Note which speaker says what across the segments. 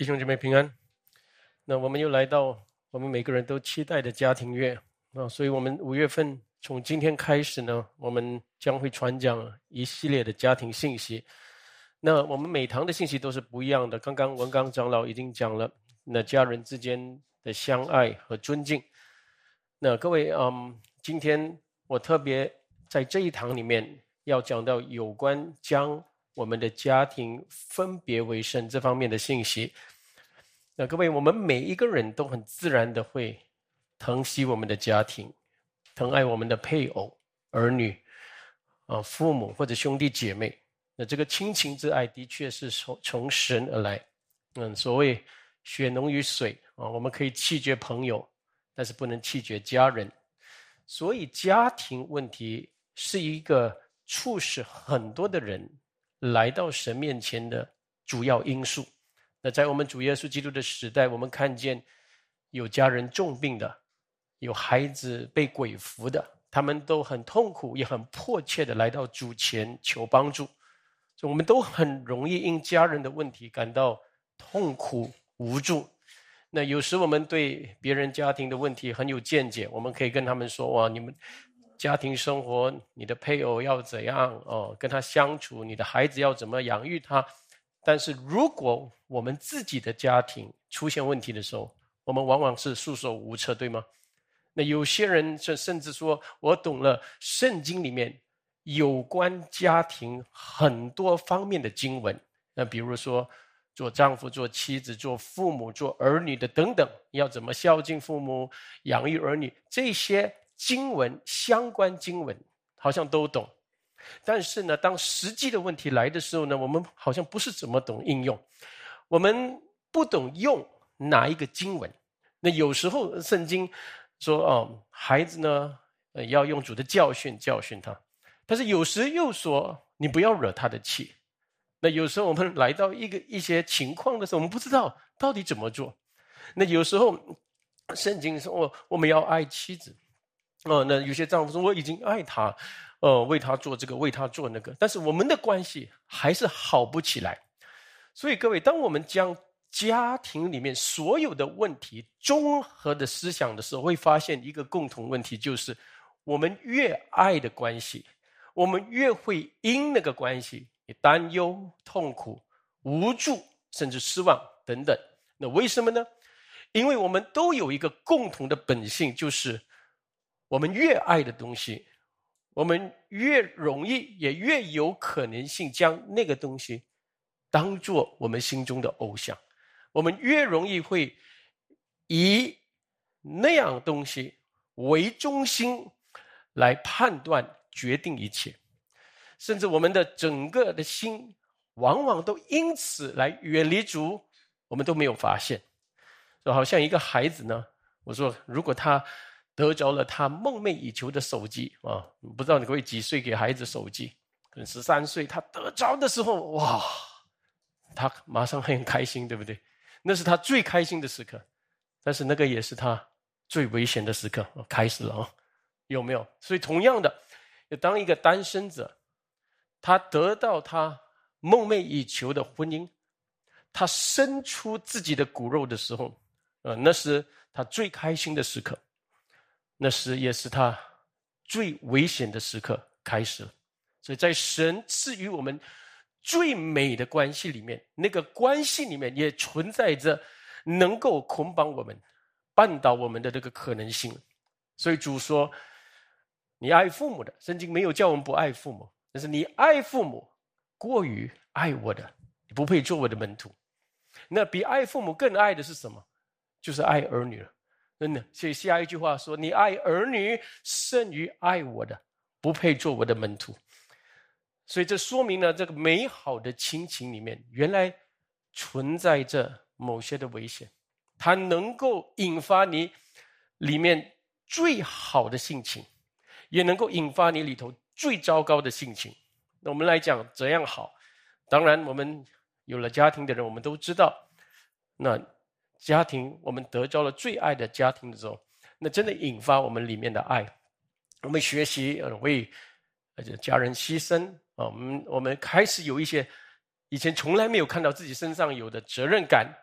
Speaker 1: 弟兄姐妹平安。那我们又来到我们每个人都期待的家庭月所以我们5月份从今天开始呢，我们将会传讲一系列的家庭信息。那我们每堂的信息都是不一样的，刚刚文刚长老已经讲了那家人之间的相爱和尊敬。那各位今天我特别在这一堂里面要讲到有关将我们的家庭分别为圣这方面的信息。那各位，我们每一个人都很自然的会疼惜我们的家庭，疼爱我们的配偶、儿女、父母或者兄弟姐妹。那这个亲情之爱的确是从神而来。所谓血浓于水我们可以弃绝朋友，但是不能弃绝家人。所以家庭问题是一个促使很多的人来到神面前的主要因素。那在我们主耶稣基督的时代，我们看见有家人重病的，有孩子被鬼附的，他们都很痛苦也很迫切的来到主前求帮助。所以我们都很容易因家人的问题感到痛苦无助。那有时我们对别人家庭的问题很有见解，我们可以跟他们说，哇，你们家庭生活，你的配偶要怎样跟他相处，你的孩子要怎么养育他。但是如果我们自己的家庭出现问题的时候，我们往往是束手无策，对吗？那有些人甚至说，我懂了圣经里面有关家庭很多方面的经文，那比如说做丈夫、做妻子、做父母、做儿女的等等，要怎么孝敬父母、养育儿女，这些经文相关经文好像都懂。但是呢，当实际的问题来的时候呢，我们好像不是怎么懂应用，我们不懂用哪一个经文。那有时候圣经说孩子呢要用主的教训教训他，但是有时又说你不要惹他的气。那有时候我们来到一些情况的时候，我们不知道到底怎么做。那有时候圣经说我们要爱妻子那有些丈夫说我已经爱他为他做这个为他做那个，但是我们的关系还是好不起来。所以各位，当我们将家庭里面所有的问题综合的思想的时候，会发现一个共同问题，就是我们越爱的关系，我们越会因那个关系担忧、痛苦、无助甚至失望等等。那为什么呢？因为我们都有一个共同的本性，就是我们越爱的东西，我们越容易也越有可能性将那个东西当作我们心中的偶像。我们越容易会以那样东西为中心来判断决定一切，甚至我们的整个的心往往都因此来远离主，我们都没有发现。就好像一个孩子呢，我说如果他得着了他梦寐以求的手机不知道你会几岁给孩子手机，可能13岁，他得着的时候，哇，他马上很开心，对不对？那是他最开心的时刻，但是那个也是他最危险的时刻开始了有没有？所以同样的，当一个单身者他得到他梦寐以求的婚姻，他生出自己的骨肉的时候那是他最开心的时刻，那时也是他最危险的时刻开始了。所以在神赐予我们最美的关系里面，那个关系里面也存在着能够捆绑我们、绊倒我们的这个可能性。所以主说你爱父母的，圣经没有叫我们不爱父母，但是你爱父母过于爱我的，你不配做我的门徒。那比爱父母更爱的是什么？就是爱儿女了。真的，所以下一句话说，你爱儿女胜于爱我的，不配做我的门徒。所以这说明了这个美好的亲情里面原来存在着某些的危险，它能够引发你里面最好的性情，也能够引发你里头最糟糕的性情。那我们来讲怎样好，当然我们有了家庭的人，我们都知道，那家庭我们得着了最爱的家庭的时候，那真的引发我们里面的爱。我们学习为家人牺牲我们开始有一些以前从来没有看到自己身上有的责任感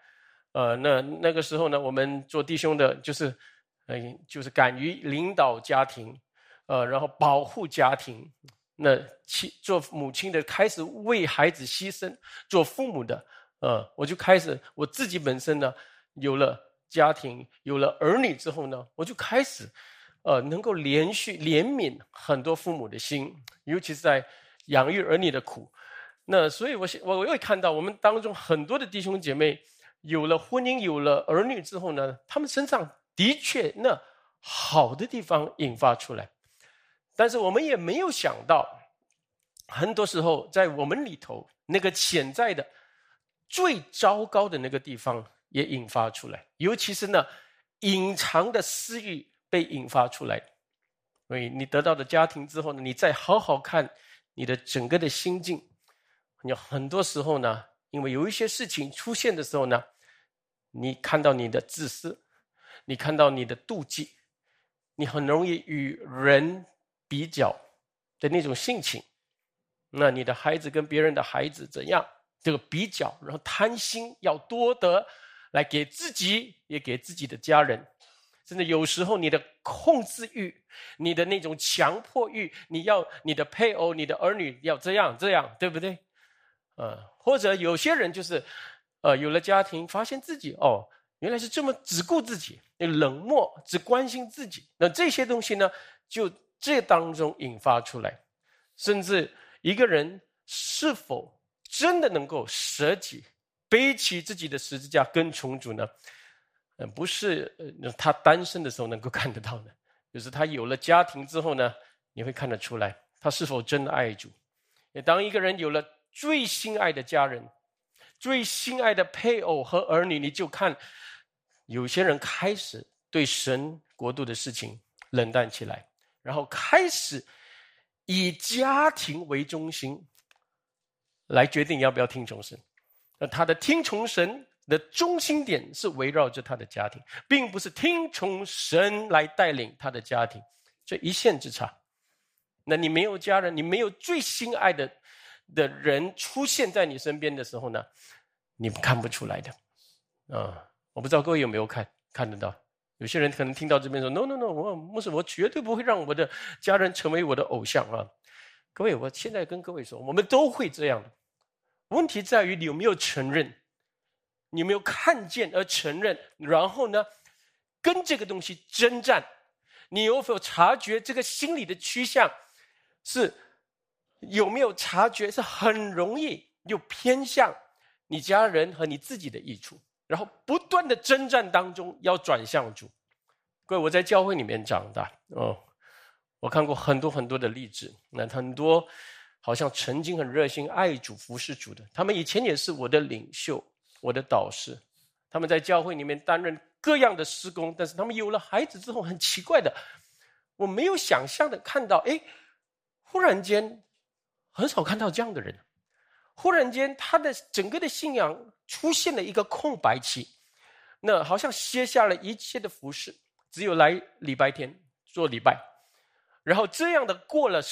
Speaker 1: 那个时候呢，我们做弟兄的就是敢于领导家庭，然后保护家庭。那做母亲的开始为孩子牺牲，做父母的，我就开始我自己本身呢有了家庭，有了儿女之后呢，我就开始能够连续怜悯很多父母的心，尤其是在养育儿女的苦。那所以我会看到我们当中很多的弟兄姐妹有了婚姻，有了儿女之后呢，他们身上的确那好的地方引发出来，但是我们也没有想到，很多时候在我们里头那个潜在的最糟糕的那个地方也引发出来，尤其是呢隐藏的私欲被引发出来。所以你得到的家庭之后呢，你再好好看你的整个的心境，你很多时候呢，因为有一些事情出现的时候呢，你看到你的自私，你看到你的妒忌，你很容易与人比较的那种性情。那你的孩子跟别人的孩子怎样这个比较，然后贪心要多得来给自己也给自己的家人，甚至有时候你的控制欲，你的那种强迫欲，你要你的配偶你的儿女要这样，对不对？或者有些人就是有了家庭发现自己原来是这么只顾自己，冷漠只关心自己，那这些东西呢就这当中引发出来，甚至一个人是否真的能够舍己背起自己的十字架跟从主呢？不是他单身的时候能够看得到的，就是他有了家庭之后呢，你会看得出来他是否真的爱主。当一个人有了最心爱的家人，最心爱的配偶和儿女，你就看有些人开始对神国度的事情冷淡起来，然后开始以家庭为中心来决定要不要听从神。他的听从神的中心点是围绕着他的家庭，并不是听从神来带领他的家庭，这一线之差。那你没有家人，你没有最心爱的人出现在你身边的时候呢，你看不出来的。我不知道各位有没有看得到，有些人可能听到这边说 no， 牧师，我绝对不会让我的家人成为我的偶像啊。各位，我现在跟各位说，我们都会这样的。问题在于你有没有承认，你有没有看见而承认，然后呢跟这个东西征战。你有否察觉这个心理的趋向，是有没有察觉是很容易又偏向你家人和你自己的益处，然后不断的征战当中要转向主。各位，我在教会里面长大我看过很多很多的例子，那很多好像曾经很热心爱主服侍主的，他们以前也是我的领袖，我的导师，他们在教会里面担任各样的事工，但是他们有了孩子之后，很奇怪的，我没有想象的看到，忽然间很少看到这样的人，忽然间他的整个的信仰出现了一个空白期，那好像卸下了一切的服侍，只有来礼拜天做礼拜，然后这样的过了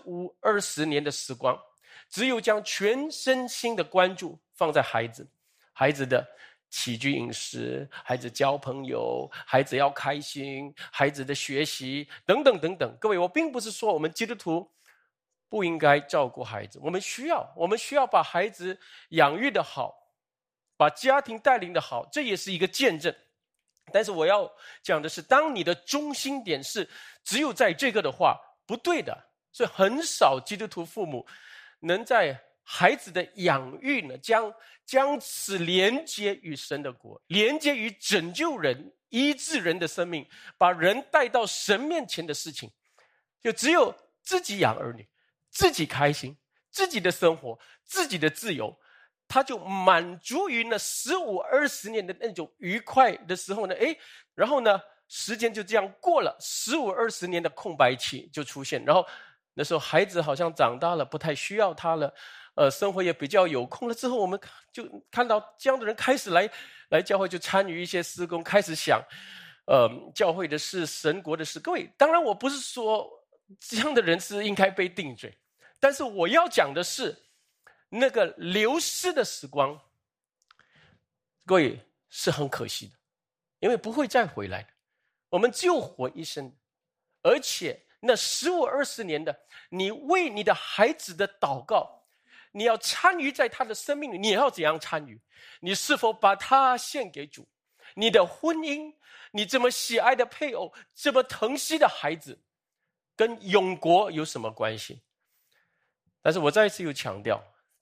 Speaker 1: 15、20年的时光，只有将全身心的关注放在孩子的起居饮食，孩子交朋友，孩子要开心，孩子的学习等等等等。各位，我并不是说我们基督徒不应该照顾孩子，我们需要把孩子养育的好，把家庭带领的好，这也是一个见证。但是我要讲的是，当你的中心点是只有在这个的话，不对的。所以很少基督徒父母能在孩子的养育呢，将此连接于神的国，连接于拯救人、医治人的生命，把人带到神面前的事情，就只有自己养儿女，自己开心，自己的生活，自己的自由，他就满足于那15、20年的那种愉快的时候呢，然后呢，时间就这样过了，15、20年的空白期就出现，然后那时候孩子好像长大了，不太需要他了，生活也比较有空了之后，我们就看到这样的人开始来教会，就参与一些事工，开始想教会的事、神国的事。各位，当然我不是说这样的人是应该被定罪，但是我要讲的是那个流失的时光。各位， 是很可惜的，因为不会再回来的。我们只有活一生，而且那15、20年的，你为你的孩子的祷告，你要参与在他的生命里，你要怎样参与？你是否把他献给主？你的婚姻，你这么喜爱的配偶，这么疼惜的孩子，跟永国有什么关系？但是我再一次有强调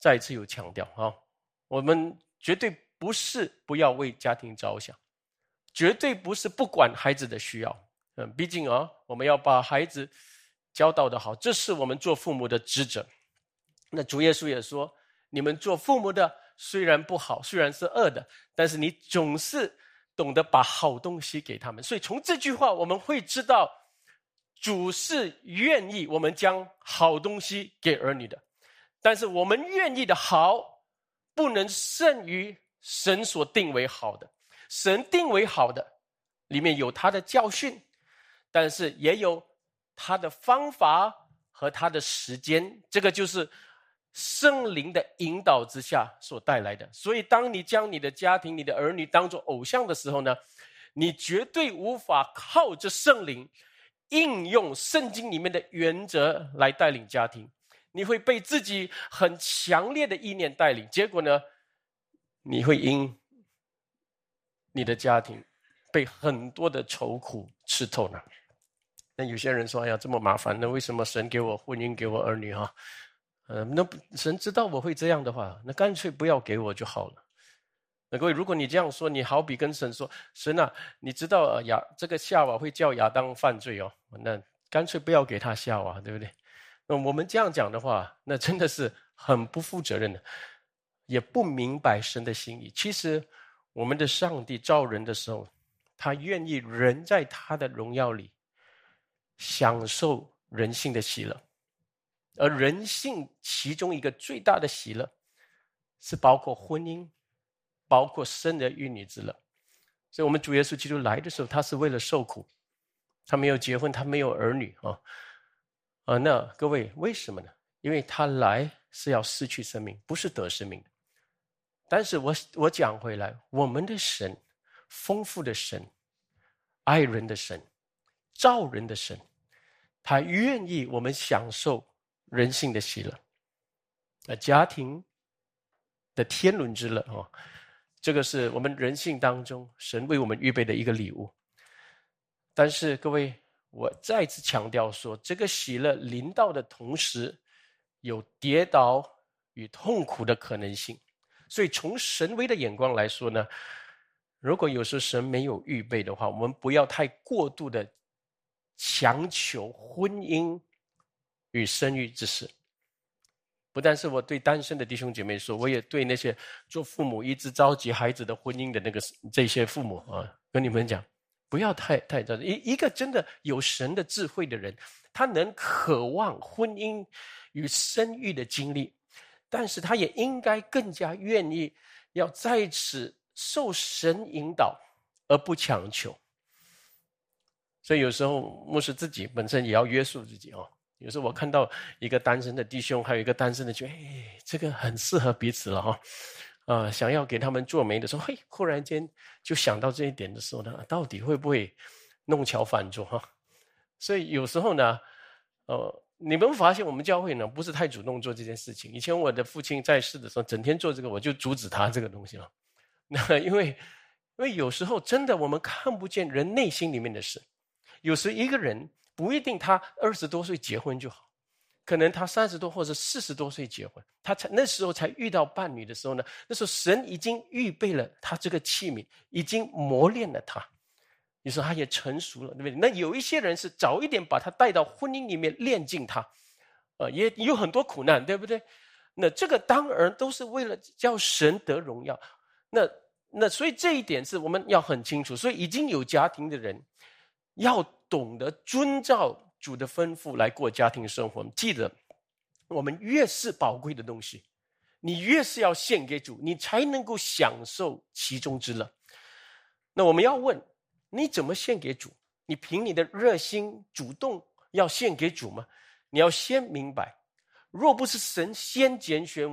Speaker 1: 我们绝对不是不要为家庭着想，绝对不是不管孩子的需要。毕竟我们要把孩子教导得好，这是我们做父母的职责。那主耶稣也说，你们做父母的虽然不好，虽然是恶的，但是你总是懂得把好东西给他们。所以从这句话我们会知道，主是愿意我们将好东西给儿女的，但是我们愿意的好不能胜于神所定为好的。神定为好的里面有他的教训，但是也有他的方法和他的时间，这个就是圣灵的引导之下所带来的。所以当你将你的家庭、你的儿女当作偶像的时候呢，你绝对无法靠着圣灵应用圣经里面的原则来带领家庭，你会被自己很强烈的意念带领，结果呢，你会因你的家庭被很多的愁苦吃透呢。那有些人说，哎呀，这么麻烦，那为什么神给我婚姻，给我儿女那神知道我会这样的话，那干脆不要给我就好了。那各位，如果你这样说，你好比跟神说，神啊，你知道这个夏娃会叫亚当犯罪那干脆不要给他夏娃，对不对？那我们这样讲的话，那真的是很不负责任的，也不明白神的心意。其实我们的上帝造人的时候，他愿意人在他的荣耀里享受人性的喜乐，而人性其中一个最大的喜乐是包括婚姻，包括生儿育女之乐。所以我们主耶稣基督来的时候，他是为了受苦，他没有结婚，他没有儿女那各位为什么呢？因为他来是要失去生命，不是得生命的。但是我讲回来，我们的神，丰富的神，爱人的神，造人的神，他愿意我们享受人性的喜乐，家庭的天伦之乐这个是我们人性当中神为我们预备的一个礼物。但是各位，我再次强调说，这个喜乐临到的同时，有跌倒与痛苦的可能性。所以从神为的眼光来说呢，如果有时候神没有预备的话，我们不要太过度的强求婚姻与生育之事。不但是我对单身的弟兄姐妹说，我也对那些做父母一直着急孩子的婚姻的这些父母跟你们讲，不要太着急。一个真的有神的智慧的人，他能渴望婚姻与生育的经历，但是他也应该更加愿意要在此受神引导，而不强求。所以有时候牧师自己本身也要约束自己有时候我看到一个单身的弟兄，还有一个单身的觉得这个很适合彼此了想要给他们做媒的时候，忽然间就想到这一点的时候呢，到底会不会弄巧反拙所以有时候呢你们发现我们教会呢不是太主动做这件事情。以前我的父亲在世的时候，整天做这个，我就阻止他这个东西了。那因为有时候真的我们看不见人内心里面的事。有时一个人不一定他20多岁结婚就好，可能他30多或者40多岁结婚，他那时候才遇到伴侣的时候呢，那时候神已经预备了他这个器皿，已经磨练了他，你说他也成熟了，对不对？那有一些人是早一点把他带到婚姻里面炼净他，也有很多苦难，对不对？那这个当然都是为了叫神得荣耀。那所以这一点是我们要很清楚。所以已经有家庭的人要懂得遵照主的吩咐来过家庭生活。记得，我们越是宝贵的东西，你越是要献给主，你才能够享受其中之乐。那我们要问，你怎么献给主？你凭你的热心主动要献给主吗？你要先明白，若不是神先拣选我们，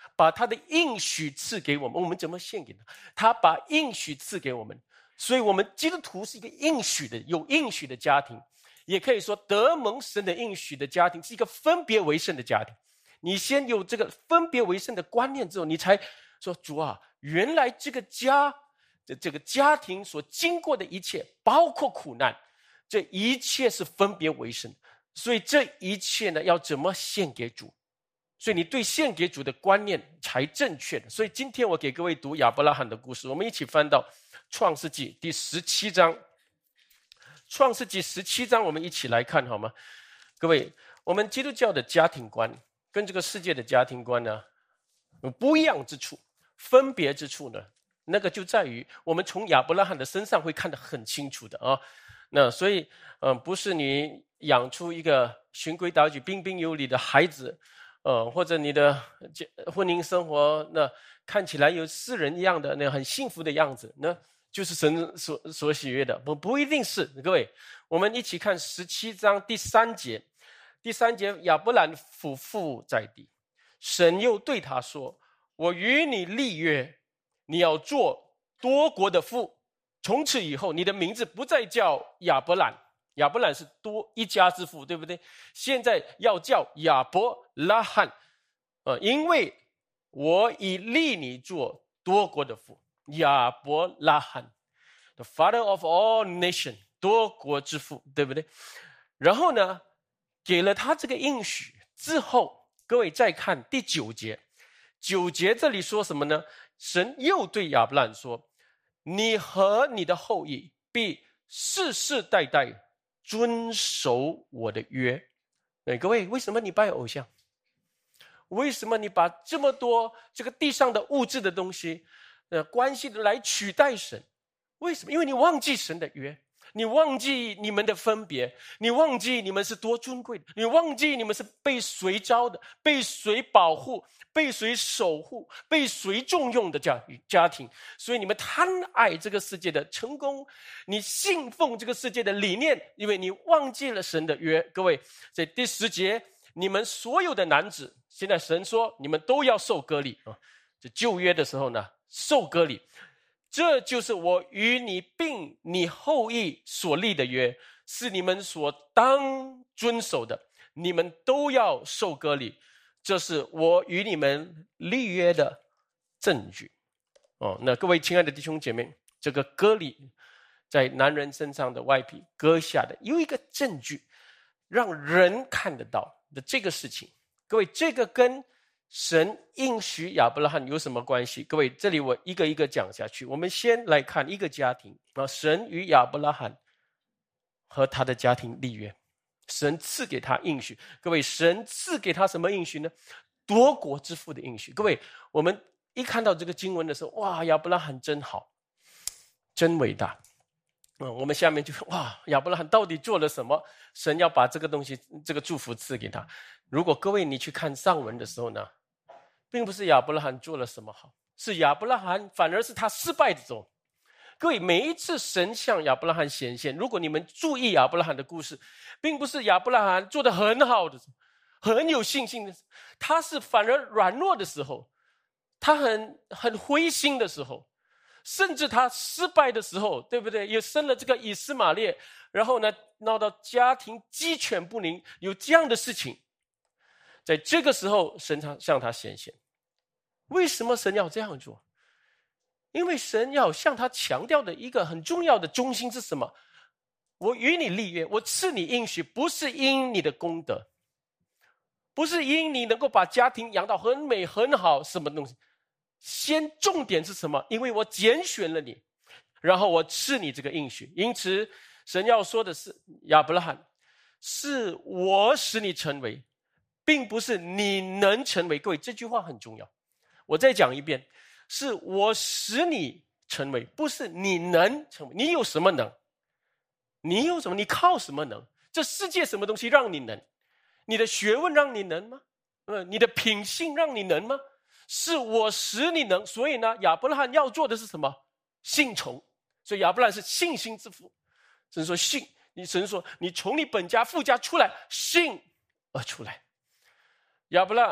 Speaker 1: 把他的应许赐给我们，我们怎么献给他？他把应许赐给我们，所以我们基督徒是一个应许的、有应许的家庭，也可以说得蒙神的应许的家庭是一个分别为圣的家庭。你先有这个分别为圣的观念之后，你才说主啊，原来这个家庭所经过的一切，包括苦难，这一切是分别为圣，所以这一切呢，要怎么献给主？所以你对献给主的观念才正确的。所以今天我给各位读亚伯拉罕的故事，我们一起翻到创世纪第17章。创世纪17章我们一起来看好吗？各位，我们基督教的家庭观跟这个世界的家庭观呢，有不一样之处，分别之处呢，那个就在于我们从亚伯拉罕的身上会看得很清楚的啊。那所以不是你养出一个循规蹈矩、彬彬有礼的孩子，或者你的婚姻生活那看起来有世人一样的那很幸福的样子，那就是神所喜悦的，不一定是。各位，我们一起看17章第3节。第3节，亚伯兰俯伏在地，神又对他说：“我与你立约，你要做多国的父。从此以后，你的名字不再叫亚伯兰。”亚伯兰是多一家之父，对不对？现在要叫亚伯拉罕，因为我已立你做多国的父。亚伯拉罕 ，the father of all nation， 多国之父，对不对？然后呢，给了他这个应许之后，各位再看第9节。9节这里说什么呢？神又对亚伯兰说：“你和你的后裔必世世代代遵守我的约。”各位，为什么你拜偶像？为什么你把这么多这个地上的物质的东西关系来取代神？为什么？因为你忘记神的约，你忘记你们的分别，你忘记你们是多尊贵的，你忘记你们是被谁招的，被谁保护，被谁守护，被谁重用的家庭。所以你们贪爱这个世界的成功，你信奉这个世界的理念，因为你忘记了神的约。各位，在第10节，你们所有的男子，现在神说你们都要受割礼啊。这旧约的时候呢，受割礼，这就是我与你并你后裔所立的约，是你们所当遵守的，你们都要受割礼，这是我与你们立约的证据。那各位亲爱的弟兄姐妹，这个割礼在男人身上的外皮割下的有一个证据，让人看得到的这个事情。各位，这个跟神应许亚伯拉罕有什么关系？各位，这里我一个一个讲下去。我们先来看一个家庭，神与亚伯拉罕和他的家庭立约，神赐给他应许。各位，神赐给他什么应许呢？多国之父的应许。各位，我们一看到这个经文的时候，哇，亚伯拉罕真好，真伟大。我们下面就哇，亚伯拉罕到底做了什么？神要把这个东西，这个祝福赐给他。如果各位你去看上文的时候呢，并不是亚伯拉罕做了什么好，是亚伯拉罕反而是他失败的走。各位，每一次神向亚伯拉罕显现，如果你们注意亚伯拉罕的故事，并不是亚伯拉罕做得很好的，很有信心的，他是反而软弱的时候，他很灰心的时候，甚至他失败的时候，对不对？也生了这个以斯玛列，然后呢，闹到家庭鸡犬不宁，有这样的事情。在这个时候，神向他显现。为什么神要这样做？因为神要向他强调的一个很重要的中心是什么？我与你立约，我赐你应许，不是因你的功德，不是因你能够把家庭养到很美很好，什么东西。先重点是什么？因为我拣选了你，然后我赐你这个应许。因此神要说的是，亚伯拉罕，是我使你成为，并不是你能成为。各位，这句话很重要，我再讲一遍，是我使你成为，不是你能成为。你有什么能？你有什么？你靠什么能？这世界什么东西让你能？你的学问让你能吗？你的品性让你能吗？是我使你能。所以呢，亚伯拉罕要做的是什么？信从。所以亚伯拉罕是信心之父。神说信，神说你从你本家父家出来，信而出来。亚伯拉罕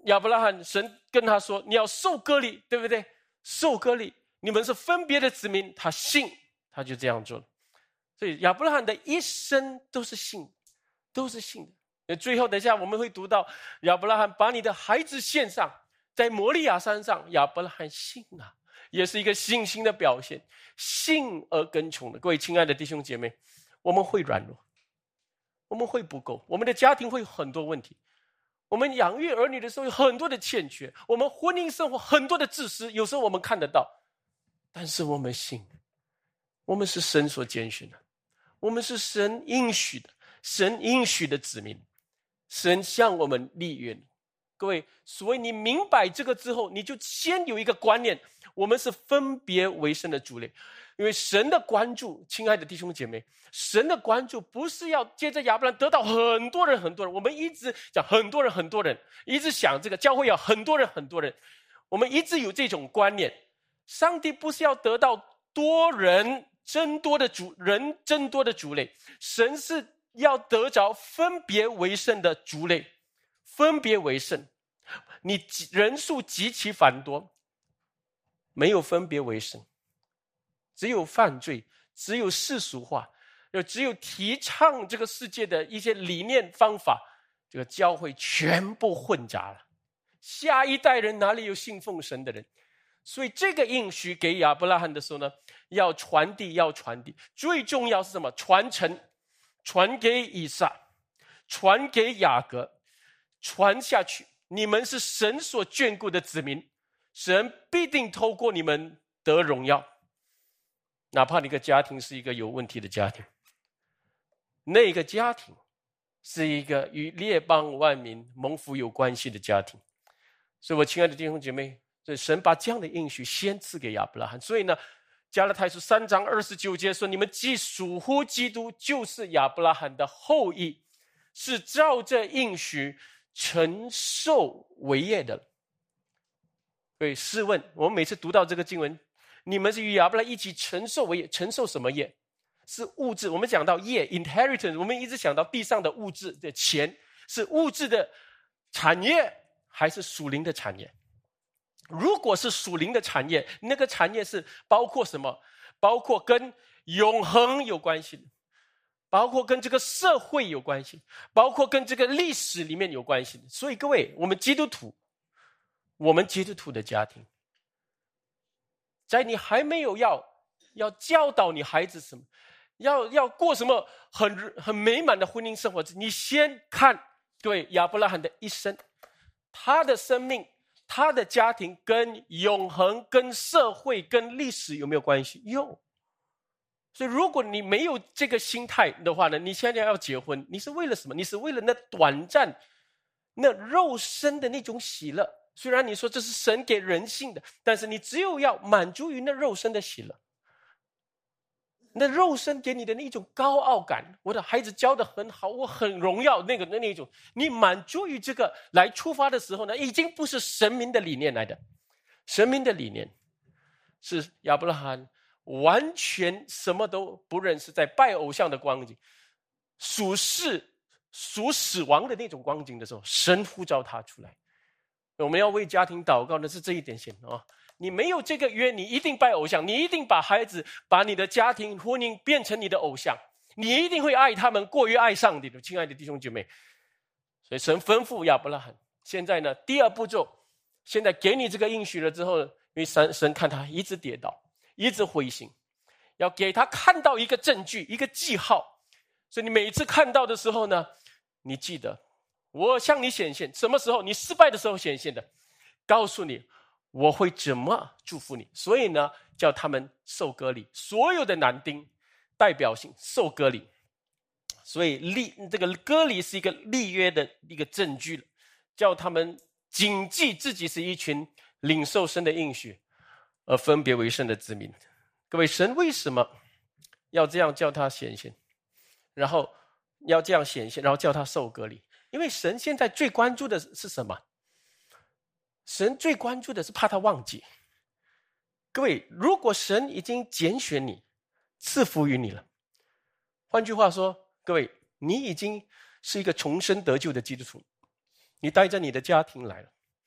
Speaker 1: 亚伯拉罕，神跟他说你要受割礼，对不对？受割礼，你们是分别的子民，他信，他就这样做了。所以亚伯拉罕的一生都是信，都是信的。最后等一下我们会读到亚伯拉罕把你的孩子献上，在摩利亚山上，亚伯拉罕信啊，也是一个信心的表现，信而跟从的。各位亲爱的弟兄姐妹，我们会软弱，我们会不够，我们的家庭会有很多问题，我们养育儿女的时候有很多的欠缺，我们婚姻生活很多的自私，有时候我们看得到，但是我们信，我们是神所拣选的，我们是神应许的，神应许的子民，神向我们立约。各位，所以你明白这个之后，你就先有一个观念，我们是分别为圣的族类。因为神的关注，亲爱的弟兄姐妹，神的关注不是要接着亚伯兰得到很多人，我们一直讲很多人，一直想这个教会要很多人，我们一直有这种观念，上帝不是要得到多人增多的族类，神是要得着分别为圣的族类，分别为圣。你人数极其繁多，没有分别为圣，只有犯罪，只有世俗化，只有提倡这个世界的一些理念方法，这个教会全部混杂了，下一代人哪里有信奉神的人？所以这个应许给亚伯拉罕的时候呢，要传递，最重要是什么？传承，传给以撒，传给雅各，传下去，你们是神所眷顾的子民，神必定透过你们得荣耀。哪怕你个家庭是一个有问题的家庭，那个家庭是一个与列邦万民蒙福有关系的家庭。所以我亲爱的弟兄姐妹，神把这样的应许先赐给亚伯拉罕。所以呢，加拉太书3章29节说，你们既属乎基督，就是亚伯拉罕的后裔，是照着应许承受为业的。所以试问，我们每次读到这个经文，你们是与亚伯拉罕一起承受为业，承受什么业？是物质。我们讲到业 inheritance， 我们一直想到地上的物质的钱，是物质的产业还是属灵的产业？如果是属灵的产业，那个产业是包括什么？包括跟永恒有关系的，包括跟这个社会有关系，包括跟这个历史里面有关系的。所以各位，我们基督徒的家庭，在你还没有要教导你孩子什么，要过什么很美满的婚姻生活，你先看对亚伯拉罕的一生，他的生命，他的家庭跟永恒、跟社会、跟历史有没有关系？有。所以如果你没有这个心态的话呢，你现在要结婚，你是为了什么？你是为了那短暂、那肉身的那种喜乐。虽然你说这是神给人性的，但是你只有要满足于那肉身的喜乐，那肉身给你的那一种高傲感，我的孩子教得很好，我很荣耀，那一种，你满足于这个来出发的时候呢，已经不是神明的理念来的。神明的理念是亚伯拉罕完全什么都不认识，在拜偶像的光景，属死亡的那种光景的时候，神呼召他出来。我们要为家庭祷告的是这一点先啊！你没有这个约，你一定拜偶像，你一定把孩子、把你的家庭、婚姻变成你的偶像，你一定会爱他们过于爱上帝的，亲爱的弟兄姐妹。所以神吩咐亚伯拉罕，现在呢，第二步骤，现在给你这个应许了之后，因为神看他一直跌倒，一直灰心，要给他看到一个证据，一个记号。所以你每一次看到的时候呢，你记得我向你显现，什么时候？你失败的时候显现的，告诉你我会怎么祝福你。所以呢，叫他们受割礼，所有的男丁代表性受割礼。所以这个割礼是一个立约的一个证据了，叫他们谨记自己是一群领受神的应许而分别为圣的子民。各位，神为什么要这样叫他显现，然后要这样显现，然后叫他受割礼？因为神现在最关注的是什么？神最关注的是怕他忘记。各位，如果神已经拣选你，赐福于你了，换句话说，各位，你已经是一个重生得救的基督徒，你带着你的家庭来了，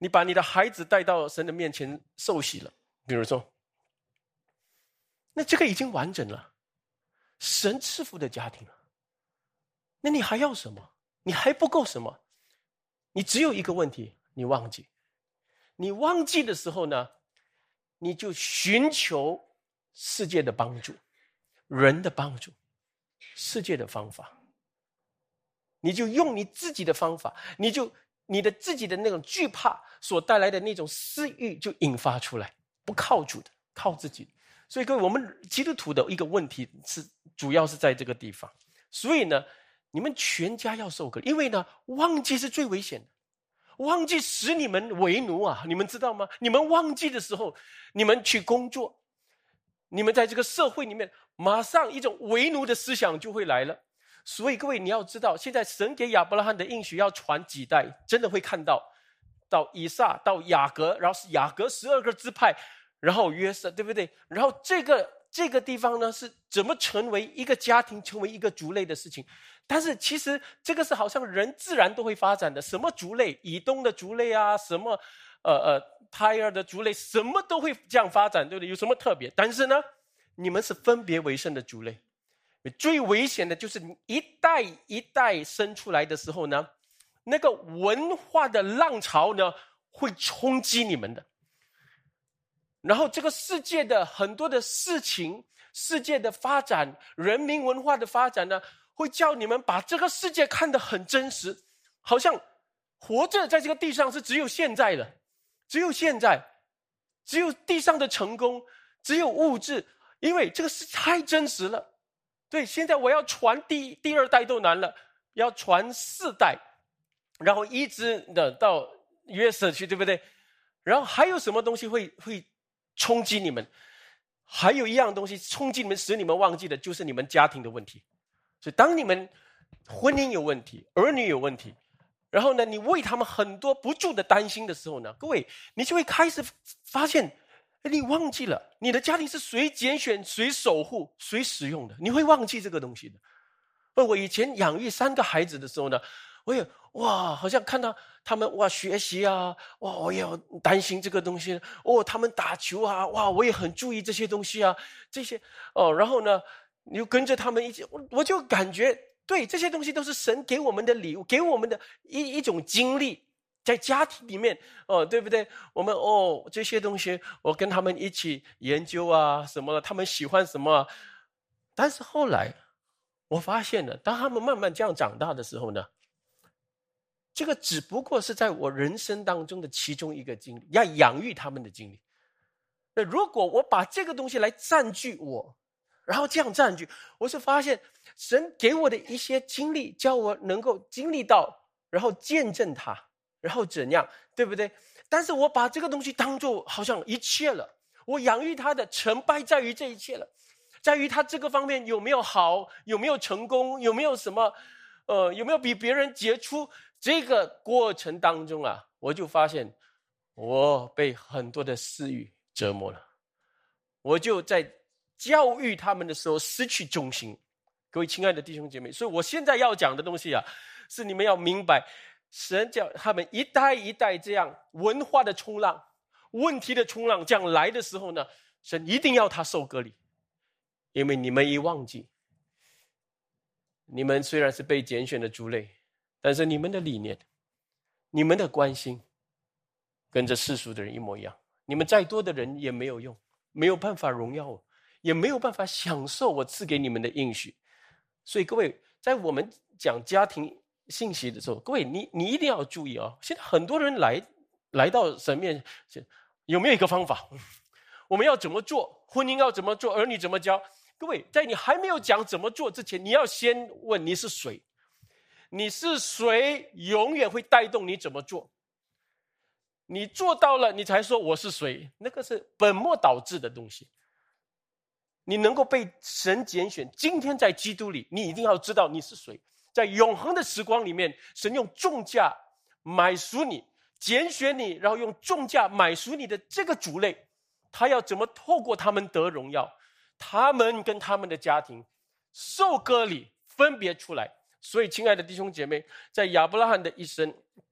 Speaker 1: 你把你的孩子带到神的面前受洗了，比如说，那这个已经完整了，神赐福的家庭了。那你还要什么？你还不够什么？你只有一个问题，你忘记。你忘记的时候呢，你就寻求世界的帮助，人的帮助，世界的方法。你就用你自己的方法，你的自己的那种惧怕所带来的那种私欲就引发出来，不靠主的，靠自己的。所以各位，我们基督徒的一个问题是主要是在这个地方。所以呢，你们全家要受割，因为呢，忘记是最危险的。忘记使你们为奴啊，你们知道吗？你们忘记的时候，你们去工作，你们在这个社会里面，马上一种为奴的思想就会来了。所以各位，你要知道，现在神给亚伯拉罕的应许要传几代，真的会看到以撒，到雅各，然后是雅各12个支派，然后约瑟，对不对？然后这个地方呢，是怎么成为一个家庭，成为一个族类的事情。但是其实这个是好像人自然都会发展的，什么族类，以东的族类啊，什么胎儿的族类，什么都会这样发展，对不对？有什么特别？但是呢，你们是分别为圣的族类。最危险的就是你一代一代生出来的时候呢，那个文化的浪潮呢会冲击你们的。然后这个世界的很多的事情，世界的发展，人民文化的发展呢，会叫你们把这个世界看得很真实，好像活着在这个地上是只有现在了，只有现在，只有地上的成功，只有物质，因为这个是太真实了。对，现在我要传第2代都难了，要传4代，然后一直的到约瑟去，对不对？然后还有什么东西会冲击你们？还有一样东西冲击你们，使你们忘记的，就是你们家庭的问题。所以当你们婚姻有问题，儿女有问题，然后呢，你为他们很多不住的担心的时候呢，各位，你就会开始发现，你忘记了你的家庭是谁拣选、谁守护、谁使用的，你会忘记这个东西的。我以前养育3个孩子的时候呢，我也好像看到他们学习啊，我也要担心这个东西他们打球啊，我也很注意这些东西啊，这些然后呢，你就跟着他们一起，我就感觉对，这些东西都是神给我们的礼物，给我们的一种经历，在家庭里面对不对？我们这些东西我跟他们一起研究啊什么的，他们喜欢什么。但是后来我发现了，当他们慢慢这样长大的时候呢，这个只不过是在我人生当中的其中一个经历，要养育他们的经历。那如果我把这个东西来占据我，然后这样占据，我是发现神给我的一些经历，叫我能够经历到，然后见证它，然后怎样，对不对？但是我把这个东西当作好像一切了，我养育他的成败在于这一切了，在于他这个方面有没有好，有没有成功，有没有什么有没有比别人杰出。这个过程当中啊，我就发现我被很多的私欲折磨了，我就在教育他们的时候失去中心。各位亲爱的弟兄姐妹，所以我现在要讲的东西啊，是你们要明白，神叫他们一代一代这样文化的冲浪、问题的冲浪这样来的时候呢，神一定要他受割礼。因为你们一忘记，你们虽然是被拣选的族类，但是你们的理念、你们的关心跟着世俗的人一模一样，你们再多的人也没有用，没有办法荣耀我，也没有办法享受我赐给你们的应许。所以各位，在我们讲家庭信息的时候，各位你一定要注意现在很多人来到神面前，有没有一个方法？我们要怎么做？婚姻要怎么做？儿女怎么教？各位，在你还没有讲怎么做之前，你要先问你是谁。你是谁，永远会带动你怎么做。你做到了，你才说我是谁，那个是本末倒置的东西。你能够被神拣选，今天在基督里，你一定要知道你是谁。在永恒的时光里面，神用重价买赎你，拣选你，然后用重价买赎你的这个族类，他要怎么透过他们得荣耀，他们跟他们的家庭受割礼分别出来。所以亲爱的弟兄姐妹，在亚伯拉罕的一生，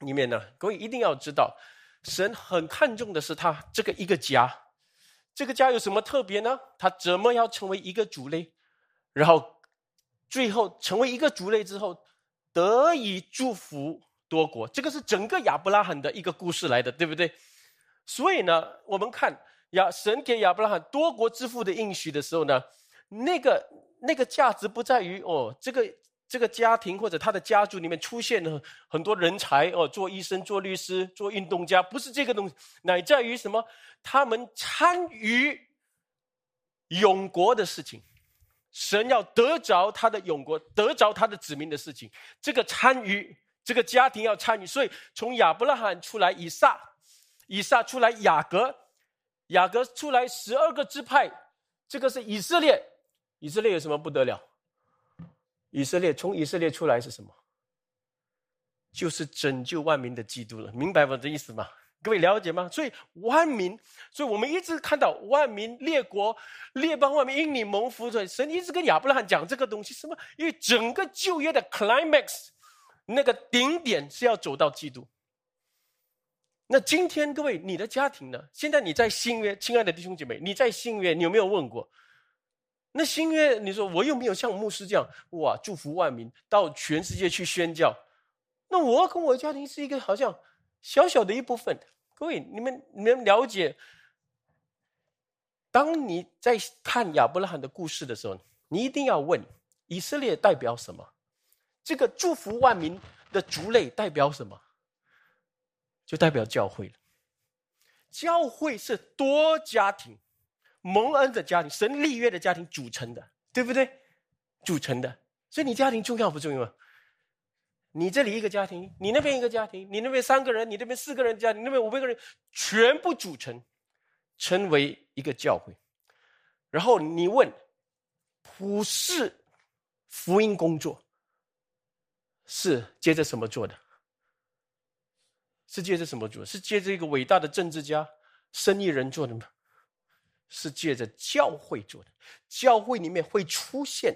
Speaker 1: 里面呢，各位一定要知道，神很看重的是他这个一个家。这个家有什么特别呢？他怎么要成为一个族类，然后最后成为一个族类之后，得以祝福多国。这个是整个亚伯拉罕的一个故事来的，对不对？所以呢，我们看神给亚伯拉罕多国之父的应许的时候呢，那个价值不在于这个家庭或者他的家族里面出现了很多人才做医生、做律师、做运动家，不是这个东西，乃在于什么？他们参与永国的事情，神要得着他的永国，得着他的子民的事情，这个参与，这个家庭要参与。所以从亚伯拉罕出来以撒，以撒出来雅各，雅各出来12个支派，这个是以色列。以色列有什么不得了？从以色列出来是什么？就是拯救万民的基督了，明白我的意思吗？各位了解吗？所以万民，所以我们一直看到万民、列国、列邦、万民因你蒙福。神一直跟亚伯拉罕讲这个东西，什么？因为整个旧约的 climax 那个顶点是要走到基督。那今天各位，你的家庭呢？现在你在新约，亲爱的弟兄姐妹，你在新约，你有没有问过？那新约，你说我又没有像牧师这样，哇，祝福万民，到全世界去宣教。那我跟我的家庭是一个好像小小的一部分。各位，你们了解，当你在看亚伯拉罕的故事的时候，你一定要问，以色列代表什么？这个祝福万民的族类代表什么？就代表教会了。教会是多家庭蒙恩的家庭，神立约的家庭组成的，对不对？组成的。所以你家庭重要不重要？你这里一个家庭，你那边一个家庭，你那边3个人，你那边4个人家庭，你那边5个人，全部组成为一个教会。然后你问，普世福音工作是接着什么做的？是接着什么做？是接着一个伟大的政治家、生意人做的吗？是借着教会做的。教会里面会出现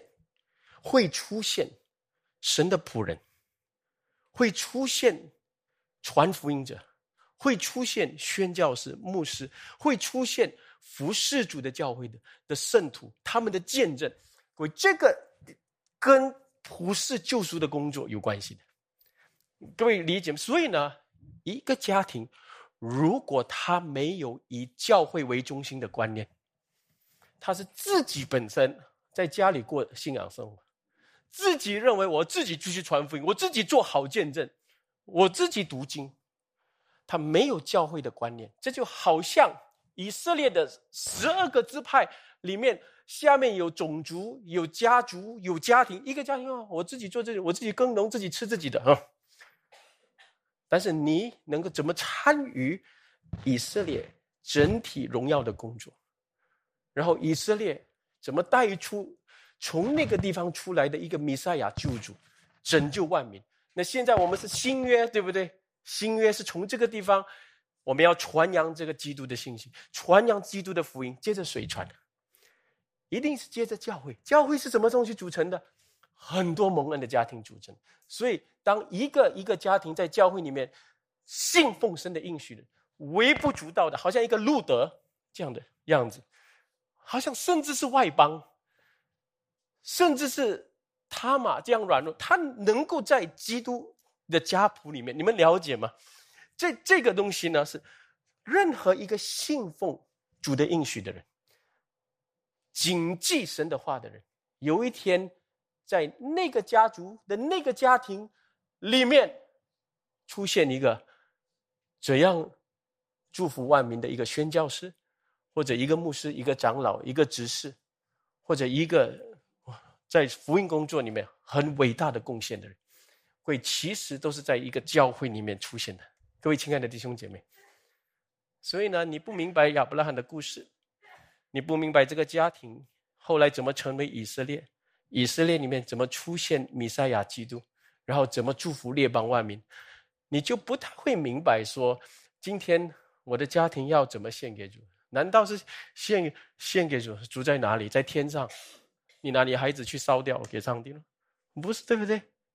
Speaker 1: 神的仆人，会出现传福音者，会出现宣教士、牧师，会出现服侍主的教会的圣徒，他们的见证。这个跟普世救赎的工作有关系的，各位理解吗？所以呢，一个家庭如果他没有以教会为中心的观念，他是自己本身在家里过信仰生活，自己认为我自己继续传福音，我自己做好见证，我自己读经，他没有教会的观念。这就好像以色列的12个支派里面，下面有种族、有家族、有家庭，一个家庭我自己做这个，我自己耕农，自己吃自己的但是你能够怎么参与以色列整体荣耀的工作？然后以色列怎么带出从那个地方出来的一个弥赛亚救主，拯救万民？那现在我们是新约，对不对？新约是从这个地方，我们要传扬这个基督的信息，传扬基督的福音。接着谁传？一定是接着教会。教会是什么东西组成的？很多蒙恩的家庭组成。所以当一个家庭在教会里面信奉神的应许的，微不足道的，好像一个路德这样的样子，好像甚至是外邦，甚至是他玛这样软弱，他能够在基督的家谱里面，你们了解吗？这个东西呢，是任何一个信奉主的应许的人，谨记神的话的人，有一天在那个家族的那个家庭里面出现一个怎样祝福万民的一个宣教师，或者一个牧师、一个长老、一个执事，或者一个在福音工作里面很伟大的贡献的人，会其实都是在一个教会里面出现的。各位亲爱的弟兄姐妹，所以呢，你不明白亚伯拉罕的故事，你不明白这个家庭后来怎么成为以色列，以色列里面怎么出现弥赛亚基督，然后怎么祝福列邦万民，你就不太会明白说，今天我的家庭要怎么献给主？难道是献给主？主在哪里？在天上？你拿你孩子去烧掉给上帝了？不是，对不对？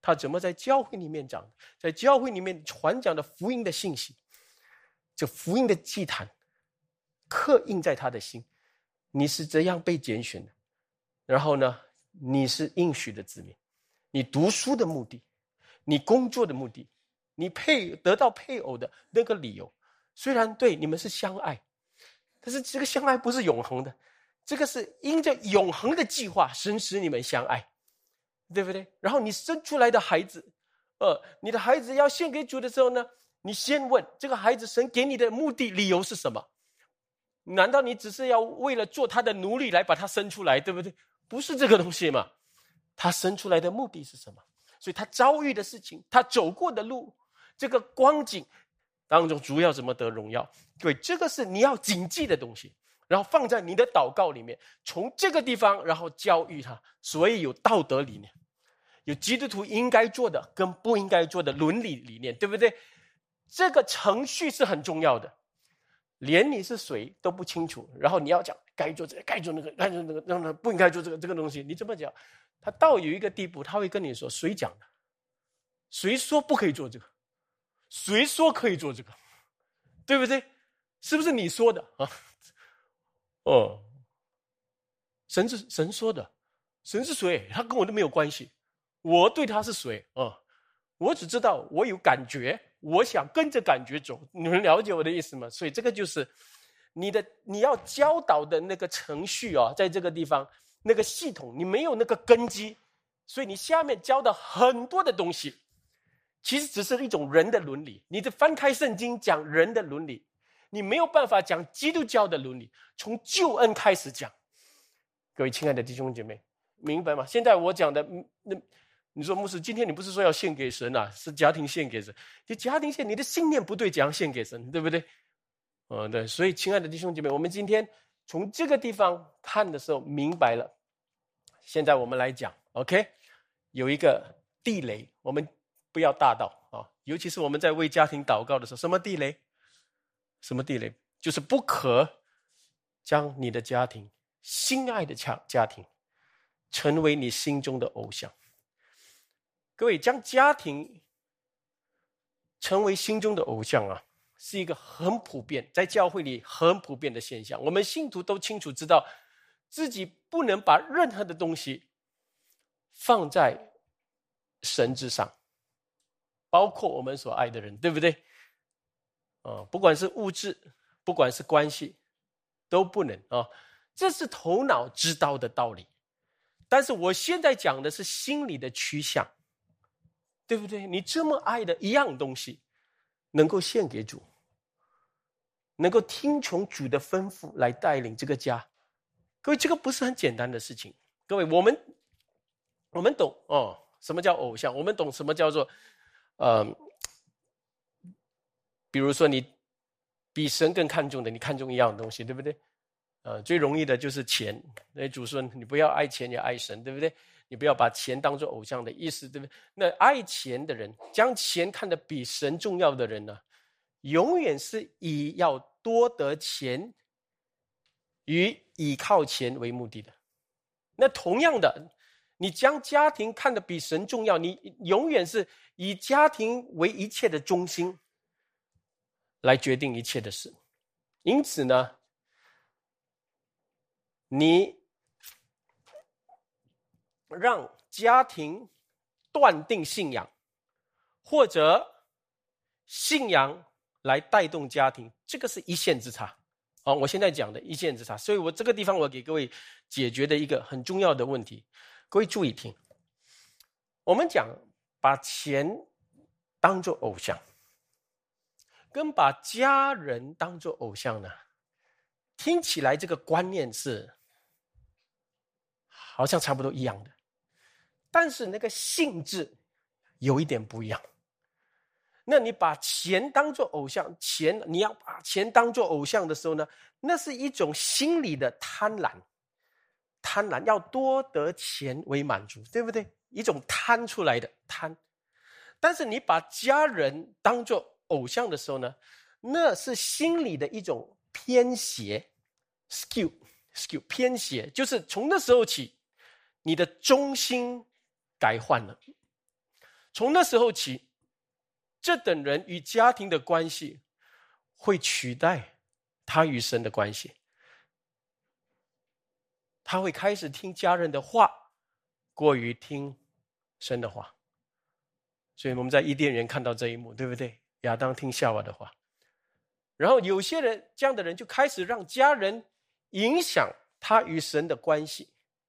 Speaker 1: 他怎么在教会里面长，在教会里面传讲的福音的信息，这福音的祭坛刻印在他的心。你是这样被拣选的，然后呢，你是应许的子民，你读书的目的，你工作的目的，你得到配偶的那个理由，虽然对你们是相爱，但是这个相爱不是永恒的，这个是因着永恒的计划，神使你们相爱，对不对？然后你生出来的孩子，你的孩子要献给主的时候呢，你先问这个孩子神给你的目的理由是什么？难道你只是要为了做他的奴隶来把他生出来，对不对？不是这个东西嘛。他生出来的目的是什么？所以他遭遇的事情，他走过的路，这个光景当中主要怎么得荣耀？对，这个是你要谨记的东西，然后放在你的祷告里面，从这个地方然后教育他。所以有道德理念，有基督徒应该做的跟不应该做的伦理理念，对不对？这个程序是很重要的，连你是谁都不清楚，然后你要讲该做这个，该做那个，该做那个，不应该做这个东西，你怎么讲？他到有一个地步，他会跟你说谁讲的，谁说不可以做这个，谁说可以做这个，对不对？是不是你说的啊？神说的，神是谁？他跟我都没有关系，我对他是谁啊？我只知道我有感觉，我想跟着感觉走，你们了解我的意思吗？所以这个就是你要教导的那个程序啊，在这个地方那个系统，你没有那个根基，所以你下面教的很多的东西，其实只是一种人的伦理。你翻开圣经讲人的伦理，你没有办法讲基督教的伦理，从救恩开始讲。各位亲爱的弟兄姐妹，明白吗？现在我讲的你说牧师，今天你不是说要献给神啊，是家庭献给神，就家庭献，你的信念不对，怎样献给神，对不对？对，所以亲爱的弟兄姐妹，我们今天从这个地方看的时候明白了。现在我们来讲 OK， 有一个地雷，我们不要大到啊，尤其是我们在为家庭祷告的时候，什么地雷？什么地雷？就是不可将你的家庭，心爱的家庭成为你心中的偶像。各位，将家庭成为心中的偶像啊，是一个很普遍，在教会里很普遍的现象。我们信徒都清楚知道，自己不能把任何的东西放在神之上，包括我们所爱的人，对不对？不管是物质，不管是关系，都不能啊。这是头脑知道的道理，但是我现在讲的是心理的趋向，对不对？你这么爱的一样东西，能够献给主，能够听从主的吩咐来带领这个家，各位，这个不是很简单的事情。各位，我们懂什么叫偶像，我们懂什么叫做比如说你比神更看重的，你看重一样东西，对不对？最容易的就是钱。那主说你不要爱钱也爱神，对不对？你不要把钱当作偶像的意思，对不对？那爱钱的人，将钱看得比神重要的人呢，永远是以要多得钱与倚靠钱为目的的。那同样的，你将家庭看得比神重要，你永远是以家庭为一切的中心来决定一切的事。因此呢，你让家庭断定信仰，或者信仰来带动家庭，这个是一线之差。我现在讲的一线之差，所以我这个地方我给各位解决的一个很重要的问题，各位注意听。我们讲把钱当作偶像，跟把家人当作偶像呢，听起来这个观念是好像差不多一样的，但是那个性质有一点不一样。那你把钱当作偶像，你要把钱当作偶像的时候呢，那是一种心理的贪婪，要多得钱为满足，对不对？一种贪出来的贪。但是你把家人当作偶像的时候呢，那是心理的一种偏斜 skew 偏斜，就是从那时候起你的中心改换了。 从那时候起，这等人与家庭的关系会取代他与神的关系。他会开始听家人的话，过于听神的话。所以我们在伊甸园看到这一幕，对不对？亚当听夏娃的话，然后有些人这样的人就开始让家人影响他与神的关系。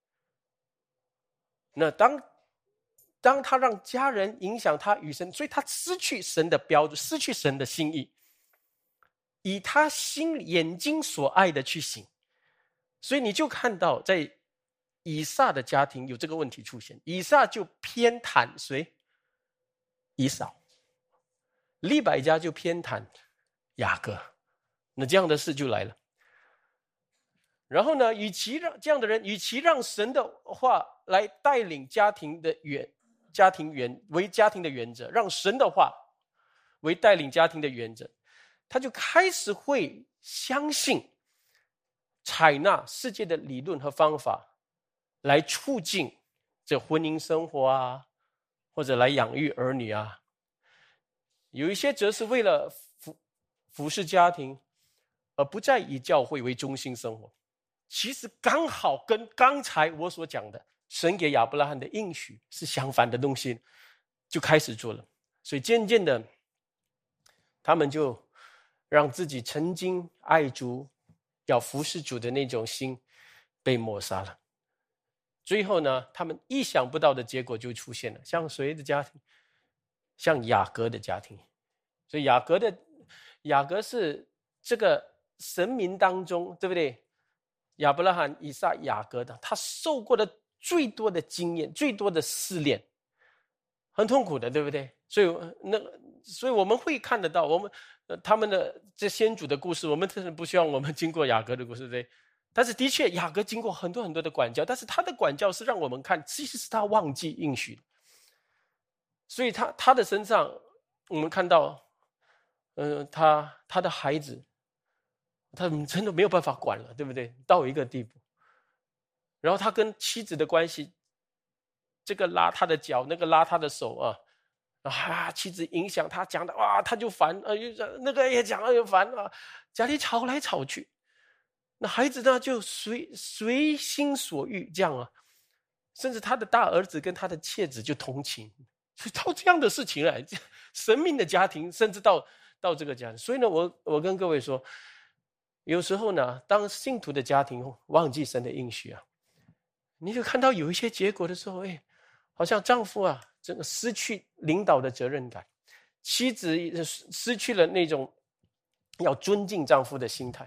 Speaker 1: 那当他让家人影响他与神，所以他失去神的标准，失去神的心意，以他眼睛所爱的去行。所以你就看到在以撒的家庭有这个问题出现，以撒就偏袒谁？以扫。利百加就偏袒雅各。那这样的事就来了。然后呢，与其让这样的人，与其让神的话来带领家庭的为家庭的原则，让神的话为带领家庭的原则，他就开始会相信采纳世界的理论和方法来促进这婚姻生活啊，或者来养育儿女啊。有一些则是为了服侍家庭，而不再以教会为中心生活。其实刚好跟刚才我所讲的神给亚伯拉罕的应许是相反的东西，就开始做了。所以渐渐的，他们就让自己曾经爱主要服侍主的那种心被抹杀了。最后呢，他们意想不到的结果就出现了，像谁的家庭？像雅各的家庭。所以雅各是这个神民当中，对不对？亚伯拉罕、以撒、雅各的，他受过的最多的经验，最多的试炼，很痛苦的，对不对？所以我们会看得到，他们的这先祖的故事，我们真的不希望我们经过雅各的故事，对不对？但是的确，雅各经过很多很多的管教，但是他的管教是让我们看，其实是他忘记应许的。所以他的身上，我们看到，他的孩子，他真的没有办法管了，对不对？到一个地步，然后他跟妻子的关系，这个拉他的脚，那个拉他的手啊，妻子影响他讲的他就烦那个也讲又烦家里吵来吵去。那孩子呢就随心所欲这样甚至他的大儿子跟他的妾子就同情，所以到这样的事情来，神明的家庭，甚至到这个家庭。所以呢，我跟各位说，有时候呢，当信徒的家庭忘记神的应许你就看到有一些结果的时候，好像丈夫这个失去领导的责任感，妻子失去了那种要尊敬丈夫的心态。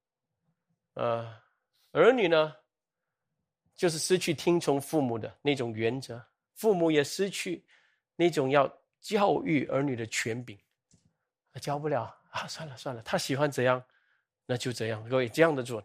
Speaker 1: 儿女呢，就是失去听从父母的那种原则，父母也失去那种要教育儿女的权柄，教不了算了，他喜欢怎样，那就怎样。各位这样的做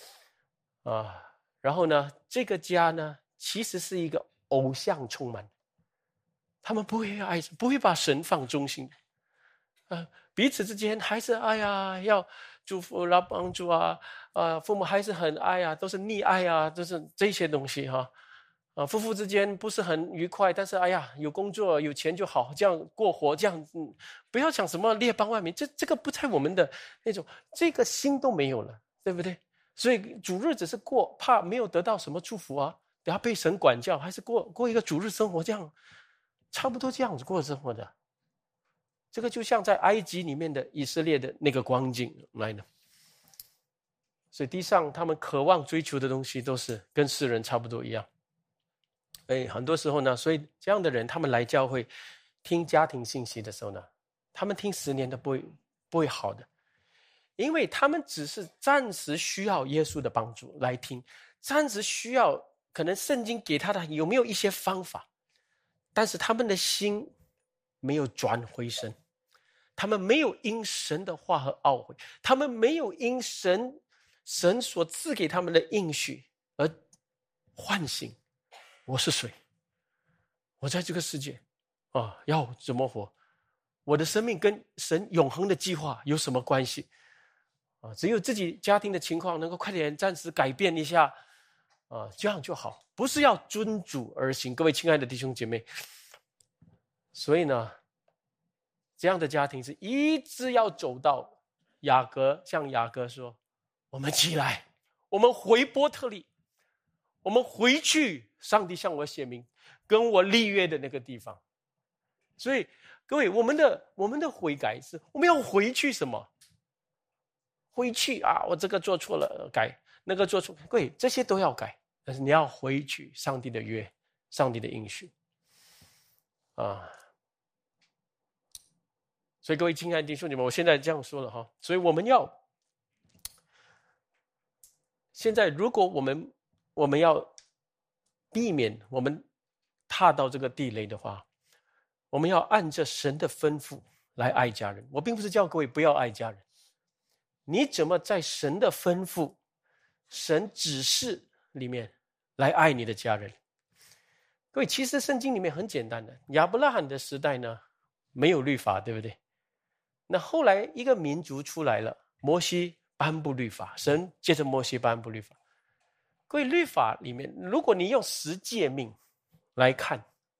Speaker 1: 然后呢，这个家呢，其实是一个偶像充满，他们不会爱，不会把神放中心彼此之间还是要祝福啦，帮助父母还是很爱都是溺爱都是这些东西夫妇之间不是很愉快，但是有工作有钱就好，这样过活，这样不要讲什么列邦万民，这个不在我们的那种，这个心都没有了，对不对？所以主日只是过，怕没有得到什么祝福等下被神管教，还是过一个主日生活，这样差不多这样子过生活的。这个就像在埃及里面的以色列的那个光景来的。所以地上他们渴望追求的东西都是跟世人差不多一样。很多时候呢，所以这样的人他们来教会听家庭信息的时候呢，他们听10年都不会好的，因为他们只是暂时需要耶稣的帮助来听，暂时需要可能圣经给他的有没有一些方法，但是他们的心没有转回神，他们没有因神的话和懊悔，他们没有因神所赐给他们的应许而唤醒我是谁，我在这个世界要怎么活，我的生命跟神永恒的计划有什么关系只有自己家庭的情况能够快点暂时改变一下这样就好，不是要遵主而行。各位亲爱的弟兄姐妹， 所以呢，这样的家庭是一直要走到向雅各说：我们起来，我们回波特利，我们回去上帝向我写明跟我立约的那个地方。所以各位，我们的悔改是我们要回去什么？回去啊，我这个做错了改，那个做错，各位这些都要改，但是你要回去上帝的约，上帝的应许啊。所以各位亲爱的弟兄姊妹，我现在这样说了哈，所以我们要现在，如果我们要避免我们踏到这个地雷的话，我们要按着神的吩咐来爱家人。我并不是叫各位不要爱家人，你怎么在神的吩咐、神指示里面来爱你的家人？各位，其实圣经里面很简单的，亚伯拉罕的时代呢，没有律法，对不对？那后来一个民族出来了，摩西颁布律法，神借着摩西颁布律法。各位，律法里面，如果你用十诫命来看，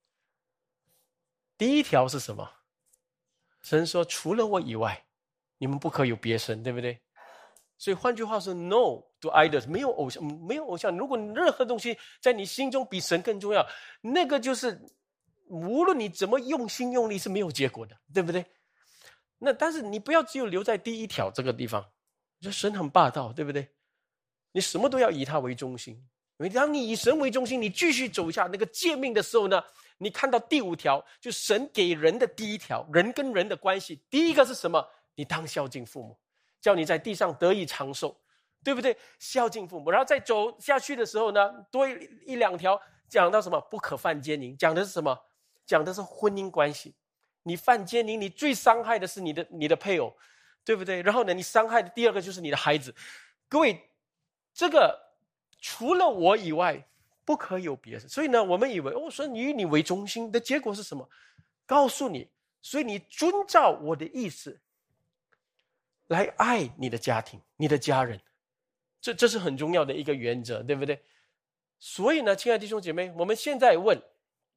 Speaker 1: 第一条是什么？神说除了我以外，你们不可有别神，对不对？所以换句话说 ，No to idols， 没有偶像，没有偶像。如果你任何东西在你心中比神更重要，那个就是无论你怎么用心用力是没有结果的，对不对？那但是你不要只有留在第一条这个地方，就神很霸道，对不对？你什么都要以他为中心，因为当你以神为中心，你继续走下那个诫命的时候呢，你看到第5条，就神给人的第一条，人跟人的关系，第一个是什么？你当孝敬父母，叫你在地上得以长寿，对不对？孝敬父母，然后再走下去的时候呢，多1、2条讲到什么？不可犯奸淫，讲的是什么？讲的是婚姻关系。你犯奸淫，你最伤害的是你的配偶，对不对？然后呢，你伤害的第2个就是你的孩子。各位，这个除了我以外，不可有别人。所以呢，我们以为说以你为中心的结果是什么？告诉你，所以你遵照我的意思来爱你的家庭、你的家人，这是很重要的一个原则，对不对？所以呢，亲爱的弟兄姐妹，我们现在问，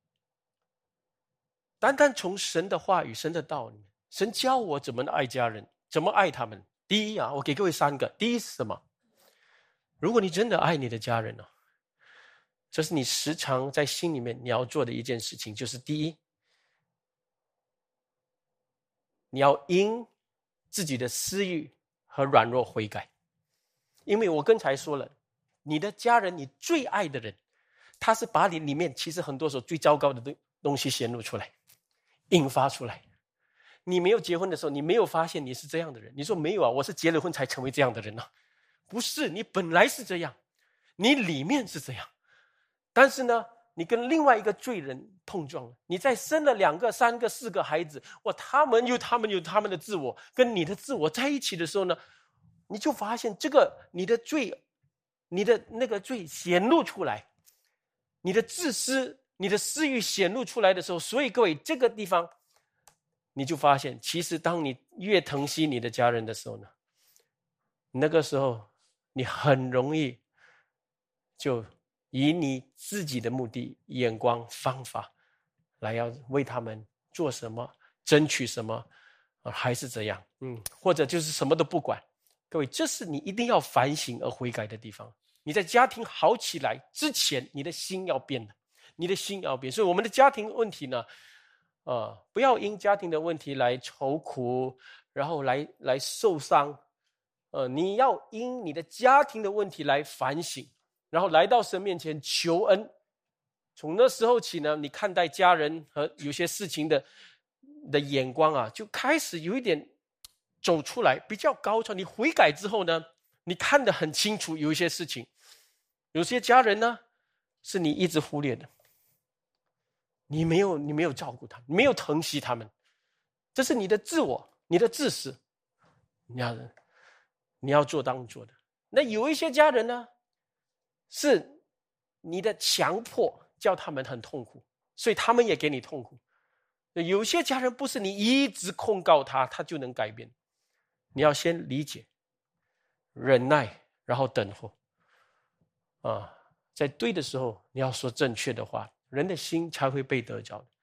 Speaker 1: 单单从神的话语、神的道理，神教我怎么爱家人，怎么爱他们。第一啊，我给各位3个。第一是什么？如果你真的爱你的家人呢，这是你时常在心里面你要做的一件事情，就是第一，你要因自己的私欲和软弱悔改。因为我刚才说了，你的家人，你最爱的人，他是把你里面其实很多时候最糟糕的东西显露出来，引发出来。你没有结婚的时候，你没有发现你是这样的人。你说没有啊，我是结了婚才成为这样的人啊。不是，你本来是这样，你里面是这样，但是呢，你跟另外一个罪人碰撞了，你再生了2个、3个、4个孩子，他们有他们的自我，跟你的自我在一起的时候呢，你就发现这个你的罪，你的那个罪显露出来，你的自私、你的私欲显露出来的时候，所以各位，这个地方你就发现，其实当你越疼惜你的家人的时候呢，那个时候你很容易就以你自己的目的、眼光、方法来要为他们做什么、争取什么，还是这样，或者就是什么都不管。各位，这是你一定要反省而悔改的地方。你在家庭好起来之前，你的心要变的，你的心要变。所以我们的家庭问题呢，不要因家庭的问题来愁苦，然后来受伤。你要因你的家庭的问题来反省，然后来到神面前求恩。从那时候起呢，你看待家人和有些事情的眼光啊，就开始有一点走出来，比较高超。你悔改之后呢，你看得很清楚，有一些事情，有些家人呢，是你一直忽略的，你没有照顾他们，你没有疼惜他们，这是你的自我，你的自私，你要做当做的。那有一些家人呢，是你的强迫叫他们很痛苦，所以他们也给你痛苦。有些家人不是你一直控告他就能改变，你要先理解、忍耐，然后等候。在对的时候，你要说正确的话，人的心才会被得着的。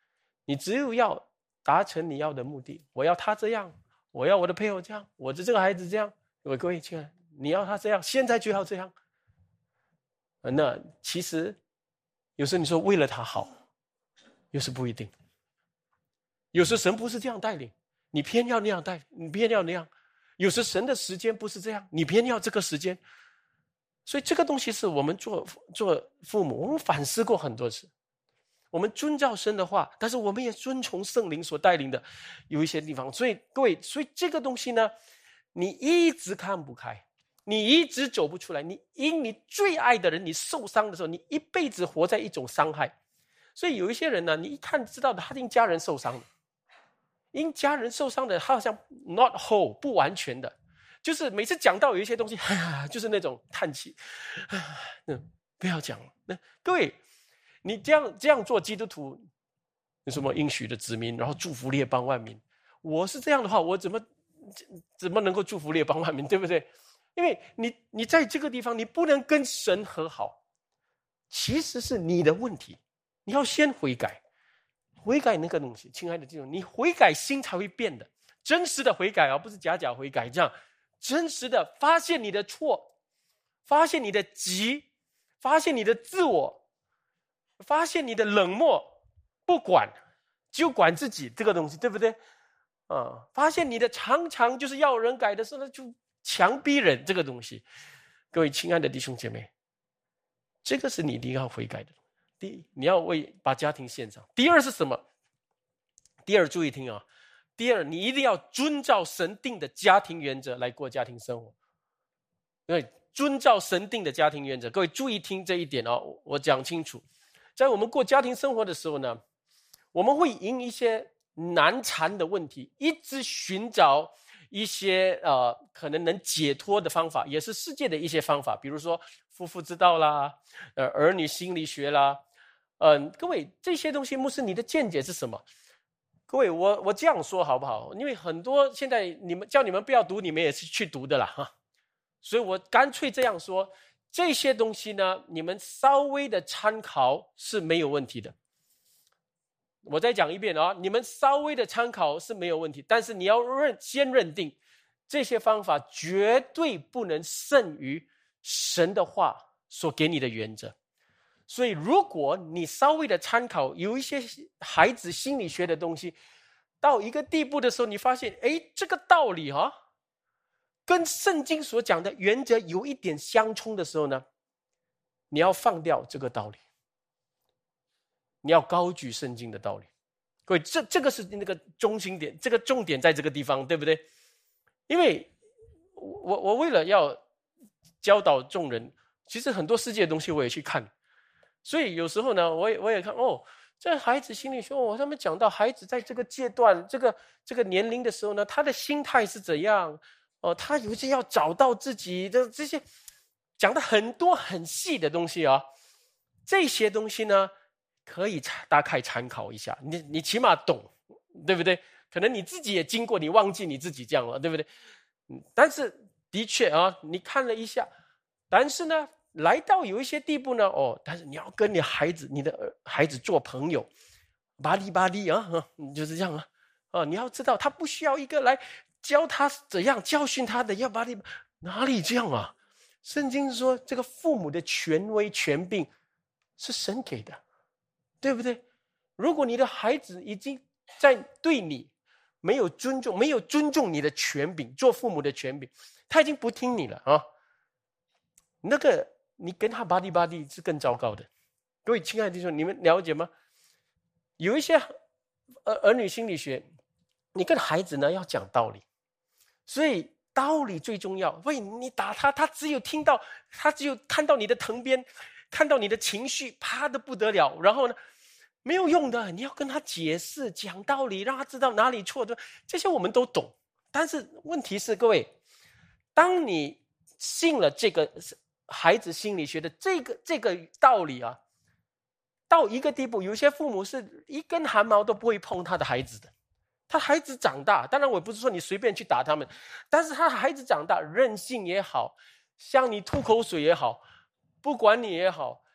Speaker 1: 你只有要达成你要的目的，我要他这样，我要我的配偶这样，我的这个孩子这样。各位亲爱的，你要他这样，现在就要这样。那其实有时候你说为了他好，又是不一定。有时神不是这样带领，你偏要那样带，你偏要那样。有时神的时间不是这样，你偏要这个时间。所以这个东西是我们做父母，我们反思过很多次。我们遵照神的话，但是我们也遵从圣灵所带领的有一些地方。所以各位，所以这个东西呢，你一直看不开，你一直走不出来，你因你最爱的人你受伤的时候，你一辈子活在一种伤害。所以有一些人呢，你一看知道的，他因家人受伤了，因家人受伤的，他好像 not whole 不完全的，就是每次讲到有一些东西，就是那种叹气，不要讲了。那各位，你这样做基督徒，有什么应许的子民，然后祝福列邦万民？我是这样的话，我怎么能够祝福列邦万民，对不对？因为你在这个地方，你不能跟神和好，其实是你的问题，你要先悔改，悔改那个东西，亲爱的弟兄，你悔改心才会变的，真实的悔改不是假悔改，这样真实的发现你的错，发现你的急，发现你的自我，发现你的冷漠，不管就管自己这个东西，对不对？发现你的常常就是要人改的时候呢，就强逼人这个东西。各位亲爱的弟兄姐妹，这个是你一定要悔改的。第一，你要把家庭献上。第二是什么？第二，注意听啊！第二，你一定要遵照神定的家庭原则来过家庭生活。对，遵照神定的家庭原则，各位注意听这一点哦，我讲清楚。在我们过家庭生活的时候呢，我们会因一些难缠的问题，一直寻找一些可能能解脱的方法，也是世界的一些方法，比如说夫妇之道啦，儿女心理学啦，各位这些东西，牧师你的见解是什么？各位，我这样说好不好？因为很多现在叫你们不要读，你们也是去读的啦哈。所以我干脆这样说，这些东西呢，你们稍微的参考是没有问题的。我再讲一遍你们稍微的参考是没有问题，但是你要先认定这些方法绝对不能胜于神的话所给你的原则。所以如果你稍微的参考有一些孩子心理学的东西，到一个地步的时候，你发现这个道理跟圣经所讲的原则有一点相冲的时候呢，你要放掉这个道理，你要高举圣经的道理。各位，这个是那个中心点，这个重点在这个地方，对不对？因为我为了要教导众人，其实很多世界的东西我也去看，所以有时候呢，我也看这孩子心理学他们讲到孩子在这个阶段这个年龄的时候呢，他的心态是怎样他有些要找到自己的这些讲的很多很细的东西这些东西呢可以大概参考一下，你起码懂，对不对？可能你自己也经过，你忘记你自己这样了，对不对？但是的确你看了一下，但是呢来到有一些地步呢但是你要跟你的孩子做朋友，巴黎就是这样你要知道他不需要一个来教他怎样教训他的，要巴黎哪里这样圣经说这个父母的权威权柄是神给的，对不对？如果你的孩子已经在对你没有尊重你的权柄，做父母的权柄，他已经不听你了那个你跟他巴蒂是更糟糕的。各位亲爱的弟兄，你们了解吗？有一些儿女心理学，你跟孩子呢要讲道理，所以道理最重要。喂，你打他，他只有看到你的藤鞭，看到你的情绪，怕得不得了。然后呢，没有用的，你要跟他解释、讲道理，让他知道哪里错的。这些我们都懂，但是问题是，各位，当你信了这个孩子心理学的这个道理到一个地步，有些父母是一根汗毛都不会碰他的孩子的。他孩子长大，当然我不是说你随便去打他们，但是他孩子长大，任性也好，向你吐口水也好，不管你也好，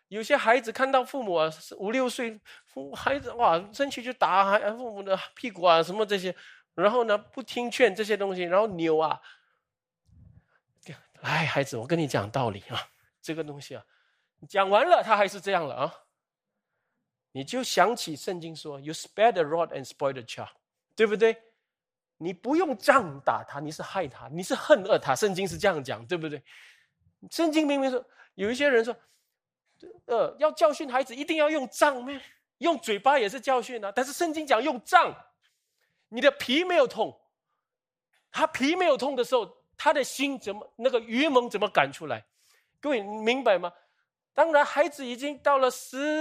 Speaker 1: 有些孩子看到父母啊5、6岁，孩子哇生气就打父母的屁股啊什么这些，然后呢不听劝这些东西，然后扭啊。哎，孩子，我跟你讲道理啊，这个东西啊，讲完了他还是这样了啊。你就想起圣经说 ，You spare the rod and spoil the child， 对不对？你不用杖打他，你是害他，你是恨恶他。圣经是这样讲，对不对？圣经明明说，有一些人说，要教训孩子一定要用杖咩？用嘴巴也是教训啊。但是圣经讲用杖，你的皮没有痛，他皮没有痛的时候，他的心怎么那个愚蒙怎么赶出来？各位明白吗？当然，孩子已经到了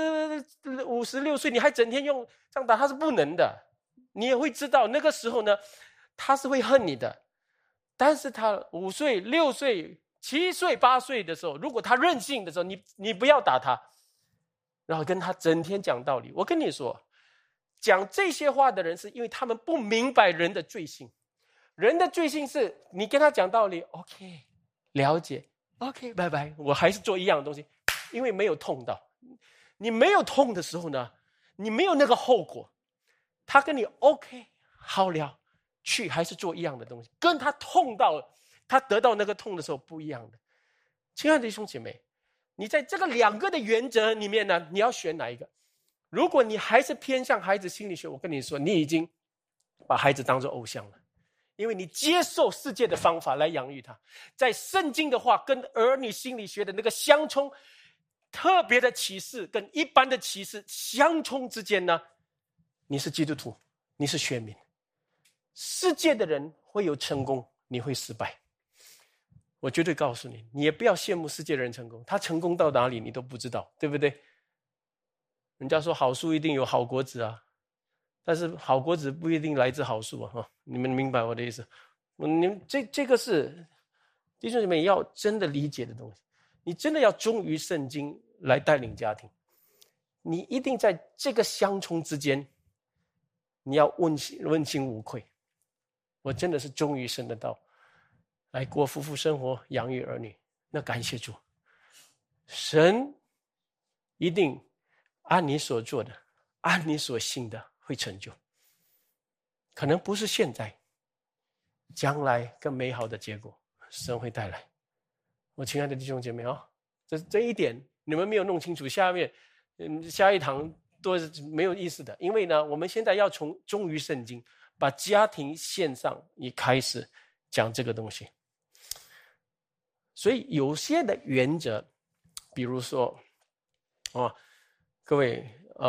Speaker 1: 15、16岁，你还整天用杖打他是不能的。你也会知道，那个时候呢，他是会恨你的。但是他5岁、6岁、7岁、8岁的时候，如果他任性的时候，你不要打他，然后跟他整天讲道理。我跟你说，讲这些话的人是因为他们不明白人的罪性。人的罪性是你跟他讲道理 ，OK， 了解 ，OK， 拜拜，我还是做一样的东西。因为没有痛到，你没有痛的时候呢，你没有那个后果。他跟你 OK 好聊，去还是做一样的东西，跟他痛到他得到那个痛的时候不一样的。亲爱的弟兄姐妹，你在这个2个的原则里面呢，你要选哪一个？如果你还是偏向孩子心理学，我跟你说，你已经把孩子当作偶像了。因为你接受世界的方法来养育他，在圣经的话跟儿女心理学的那个相冲，特别的启示跟一般的启示相冲之间呢，你是基督徒，你是选民。世界的人会有成功，你会失败。我绝对告诉你，你也不要羡慕世界的人成功，他成功到哪里你都不知道，对不对？人家说好树一定有好果子啊，但是好果子不一定来自好树啊，你们明白我的意思？你们这个是弟兄姐妹要真的理解的东西。你真的要忠于圣经来带领家庭，你一定在这个相冲之间，你要问心无愧。我真的是忠于神的道，来过夫妇生活，养育儿女。那感谢主，神一定按你所做的，按你所信的会成就。可能不是现在，将来更美好的结果，神会带来。我亲爱的弟兄姐妹啊，这一点你们没有弄清楚，下一堂都是没有意思的。因为呢，我们现在要从忠于圣经，把家庭线上也开始讲这个东西。所以有些的原则，比如说各位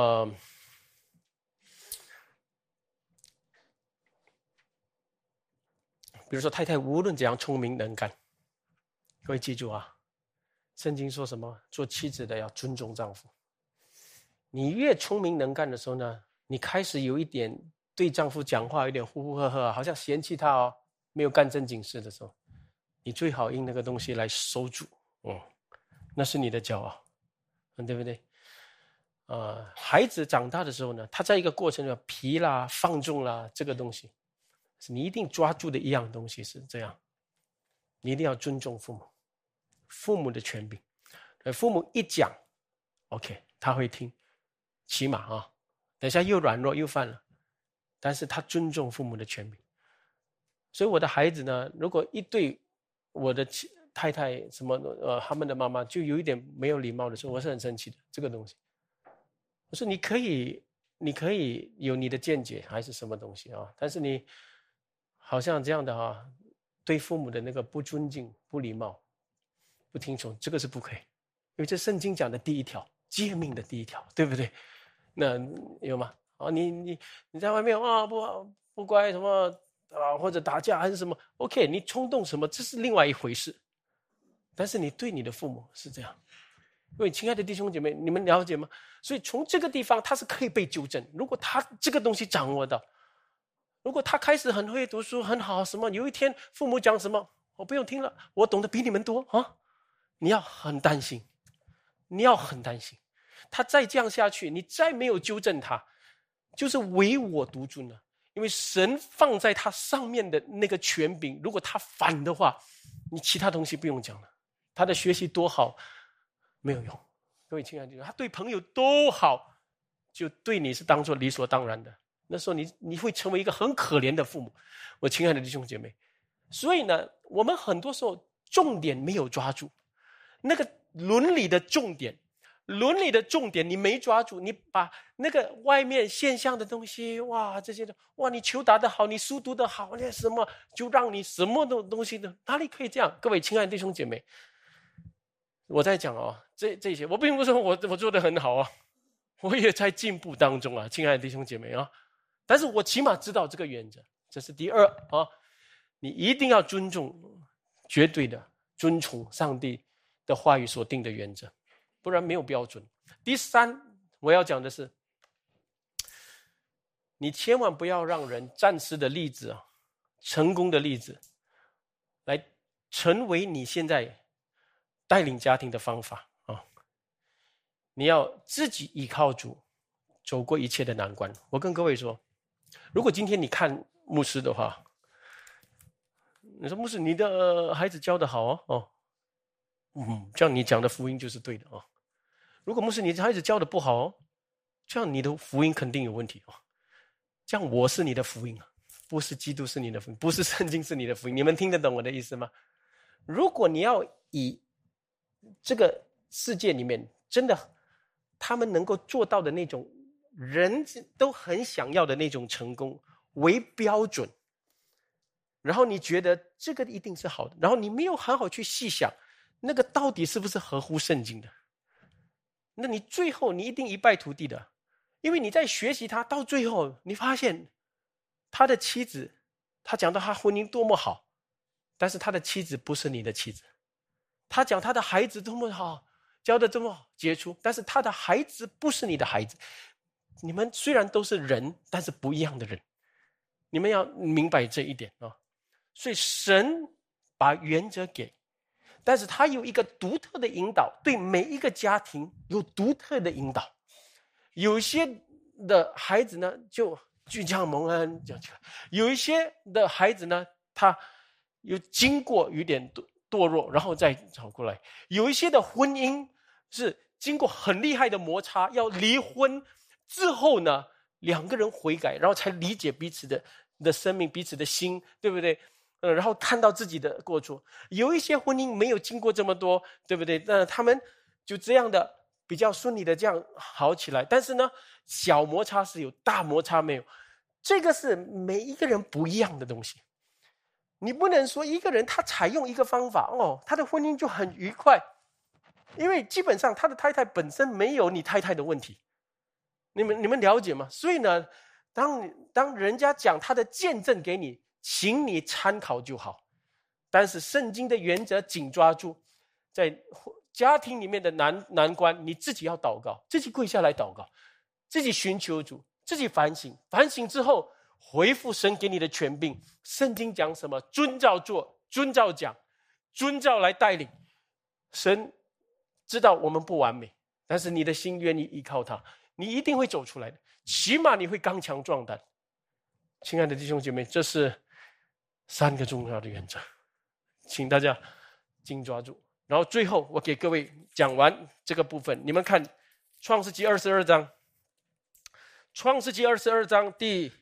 Speaker 1: 比如说太太无论怎样聪明能干，各位记住啊，圣经说什么？做妻子的要尊重丈夫。你越聪明能干的时候呢，你开始有一点对丈夫讲话有点呼呼喝喝，好像嫌弃他没有干正经事的时候，你最好用那个东西来收住，那是你的骄傲，对不对？孩子长大的时候呢，他在一个过程中皮啦、放纵啦，这个东西，你一定抓住的一样东西是这样，你一定要尊重父母，父母的权柄，父母一讲 ，OK， 他会听，起码等一下又软弱又犯了，但是他尊重父母的权柄。所以我的孩子呢，如果一对我的太太什么他们的妈妈就有一点没有礼貌的时候，我是很生气的。这个东西，我说你可以有你的见解还是什么东西啊，但是你好像这样的对父母的那个不尊敬、不礼貌、不听从，这个是不可以，因为这圣经讲的第一条，诫命的第一条，对不对？那有吗？你在外面不乖什么或者打架还是什么 ，OK， 你冲动什么，这是另外一回事。但是你对你的父母是这样，因为亲爱的弟兄姐妹，你们了解吗？所以从这个地方他是可以被纠正，如果他这个东西掌握到。如果他开始很会读书很好什么，有一天父母讲什么我不用听了，我懂得比你们多你要很担心，他再这样下去，你再没有纠正他，就是唯我独尊了。因为神放在他上面的那个权柄，如果他反的话，你其他东西不用讲了，他的学习多好没有用， 各位亲爱的弟兄，他对朋友都好，就对你是当作理所当然的。那时候你会成为一个很可怜的父母，我亲爱的弟兄姐妹。所以呢，我们很多时候重点没有抓住，那个伦理的重点你没抓住，你把那个外面现象的东西，哇，这些的，哇，你球打得好，你书读得好，那什么就让你什么东西的，哪里可以这样？各位亲爱的弟兄姐妹，我在讲哦，这些我并不是说我做得很好啊，我也在进步当中啊，亲爱的弟兄姐妹啊，但是我起码知道这个原则，这是第二啊，你一定要尊重，绝对的遵从上帝的话语所定的原则，不然没有标准。第三，我要讲的是，你千万不要让人暂时的例子啊，成功的例子，来成为你现在带领家庭的方法啊！你要自己依靠主，走过一切的难关。我跟各位说，如果今天你看牧师的话，你说牧师，你的孩子教得好哦，这样你讲的福音就是对的哦。如果牧师你的孩子教得不好哦，这样你的福音肯定有问题哦。这样我是你的福音啊，不是基督是你的福音，不是圣经是你的福音。你们听得懂我的意思吗？如果你要以这个世界里面真的他们能够做到的那种人都很想要的那种成功为标准，然后你觉得这个一定是好的，然后你没有好好去细想那个到底是不是合乎圣经的，那你最后你一定一败涂地的。因为你在学习他，到最后你发现他的妻子，他讲到他婚姻多么好，但是他的妻子不是你的妻子。他讲他的孩子多么好，教得这么杰出，但是他的孩子不是你的孩子。你们虽然都是人，但是不一样的人，你们要明白这一点啊。所以神把原则给，但是他有一个独特的引导，对每一个家庭有独特的引导。有些的孩子呢就倔强蒙恩，有一些的孩子呢他有经过有点堕落，然后再走过来。有一些的婚姻是经过很厉害的摩擦，要离婚之后呢，两个人悔改，然后才理解彼此的生命，彼此的心，对不对？然后看到自己的过错。有一些婚姻没有经过这么多，对不对？那他们就这样的比较顺利的这样好起来，但是呢，小摩擦是有，大摩擦没有。这个是每一个人不一样的东西。你不能说一个人他采用一个方法他的婚姻就很愉快，因为基本上他的太太本身没有你太太的问题，你们了解吗？所以呢，当人家讲他的见证给你，请你参考就好，但是圣经的原则紧抓住，在家庭里面的难关，你自己要祷告，自己跪下来祷告，自己寻求主，自己反省，反省之后回复神给你的权柄。圣经讲什么？遵照做，遵照讲，遵照来带领。神知道我们不完美，但是你的心愿意依靠他，你一定会走出来的，起码你会刚强壮胆。亲爱的弟兄姐妹，这是3个重要的原则，请大家紧抓住。然后最后我给各位讲完这个部分，你们看创世纪22章，创世纪22章第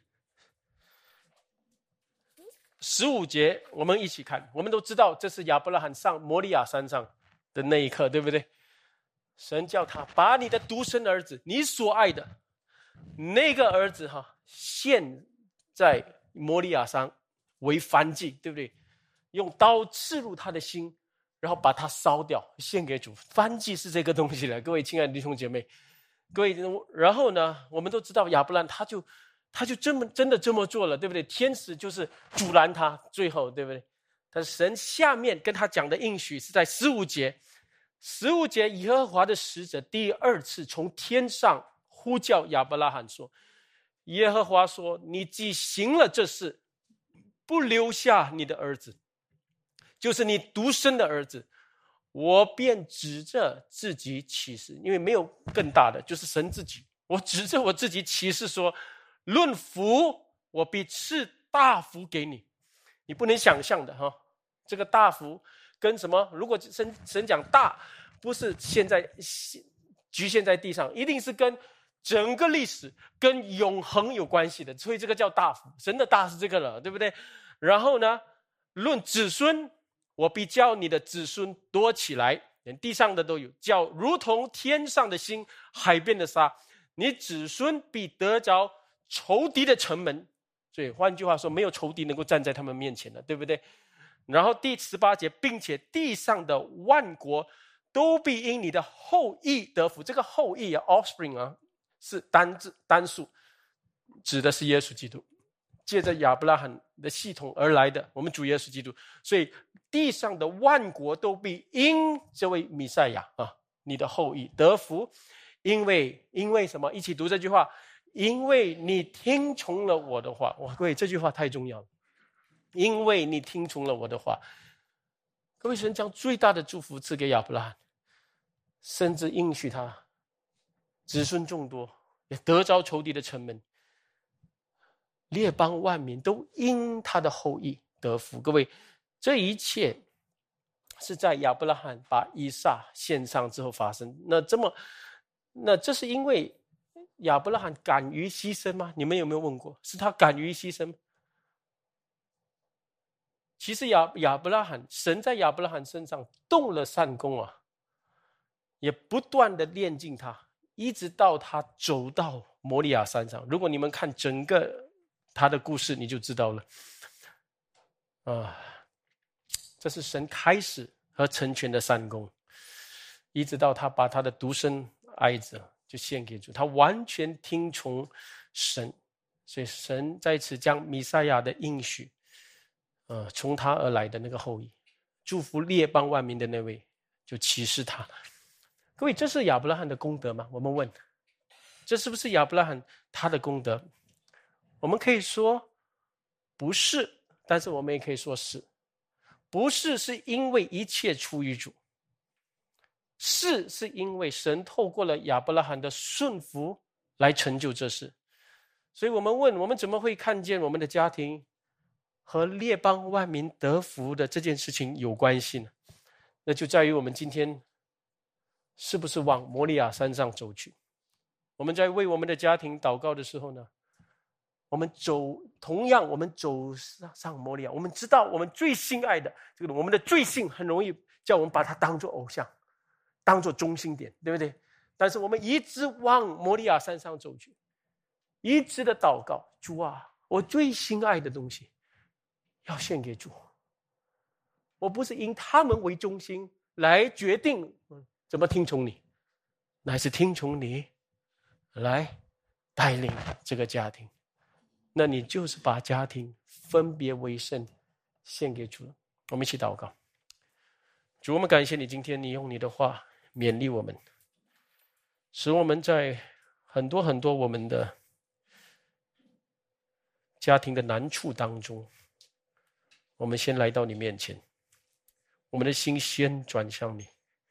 Speaker 1: 15节，我们一起看。我们都知道这是亚伯拉罕上摩利亚山上的那一刻，对不对？神叫他把你的独生儿子，你所爱的那个儿子献在摩利亚山为燔祭，对不对？用刀刺入他的心，然后把它烧掉，献给主。燔祭是这个东西了，各位亲爱的弟兄姐妹，各位。然后呢，我们都知道亚伯兰他就真的这么做了，对不对？天使就是阻拦他，最后对不对？但是神下面跟他讲的应许是在15节，15节耶和华的使者第2次从天上呼叫亚伯拉罕说，耶和华说，你既行了这事，不留下你的儿子，就是你独生的儿子，我便指着自己起誓，因为没有更大的，就是神自己，我指着我自己起誓说，论福我必赐大福给你。你不能想象的这个大福跟什么？如果神讲大，不是现在局限在地上，一定是跟整个历史、跟永恒有关系的，所以这个叫大福。神的大是这个了，对不对？然后呢，论子孙，我必叫你的子孙多起来，连地上的都有，叫如同天上的星、海边的沙。你子孙必得着仇敌的城门。所以换句话说，没有仇敌能够站在他们面前的，对不对？然后第18节，并且地上的万国都必因你的后裔得福。这个后裔啊 ，offspring 啊，是单字单数，指的是耶稣基督，借着亚伯拉罕的系统而来的我们主耶稣基督。所以地上的万国都必因这位弥赛亚啊，你的后裔得福。因为什么？一起读这句话，因为你听从了我的话。哇，各位，这句话太重要了。因为你听从了我的话，各位，神将最大的祝福赐给亚伯拉罕，甚至应许他子孙众多，也得着仇敌的城门，列邦万民都因他的后裔得福。各位，这一切是在亚伯拉罕把以撒献上之后发生。那这是因为亚伯拉罕敢于牺牲吗？你们有没有问过，是他敢于牺牲？其实亚伯拉罕，神在亚伯拉罕身上动了善功啊，也不断的炼净他，一直到他走到摩利亚山上。如果你们看整个他的故事，你就知道了。这是神开始和成全的善功，一直到他把他的独生爱子就献给主，他完全听从神，所以神在此将弥赛亚的应许从他而来的那个后裔，祝福列邦万民的那位，就启示他。各位，这是亚伯拉罕的功德吗？我们问，这是不是亚伯拉罕他的功德？我们可以说不是，但是我们也可以说是。不是，是因为一切出于主；是因为神透过了亚伯拉罕的顺服来成就这事。所以我们问，我们怎么会看见我们的家庭和列邦万民得福的这件事情有关系呢？那就在于我们今天是不是往摩利亚山上走去。我们在为我们的家庭祷告的时候呢，同样我们走上摩利亚，我们知道我们最心爱的这个，我们的罪性很容易叫我们把它当作偶像，当作中心点，对不对？但是我们一直往摩利亚山上走去，一直的祷告，主啊，我最心爱的东西要献给主。我不是以他们为中心来决定怎么听从你，乃是听从你来带领这个家庭。那你就是把家庭分别为圣献给主了。我们一起祷告。主，我们感谢你，今天你用你的话勉励我们，使我们在很多我们的家庭的难处当中，我们先来到你面前，我们的心先转向你，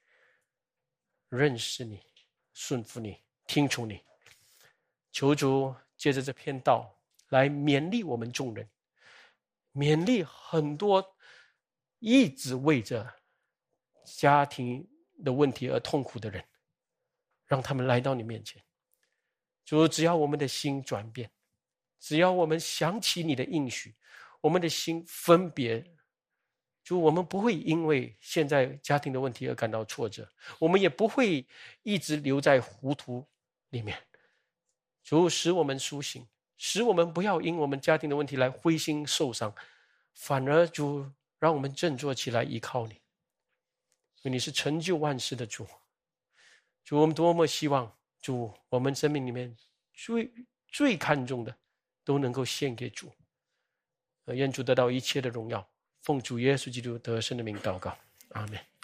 Speaker 1: 认识你，顺服你，听从你。求主借着这篇道来勉励我们众人，勉励很多一直为着家庭的问题而痛苦的人，让他们来到你面前。主，只要我们的心转变，只要我们想起你的应许，我们的心分别，主，我们不会因为现在家庭的问题而感到挫折，我们也不会一直留在糊涂里面。主，使我们苏醒，使我们不要因我们家庭的问题来灰心受伤，反而主让我们振作起来依靠你，因为你是成就万事的主。主，我们多么希望主我们生命里面最看重的都能够献给主，愿主得到一切的荣耀。奉主耶稣基督得胜的名祷告，阿们。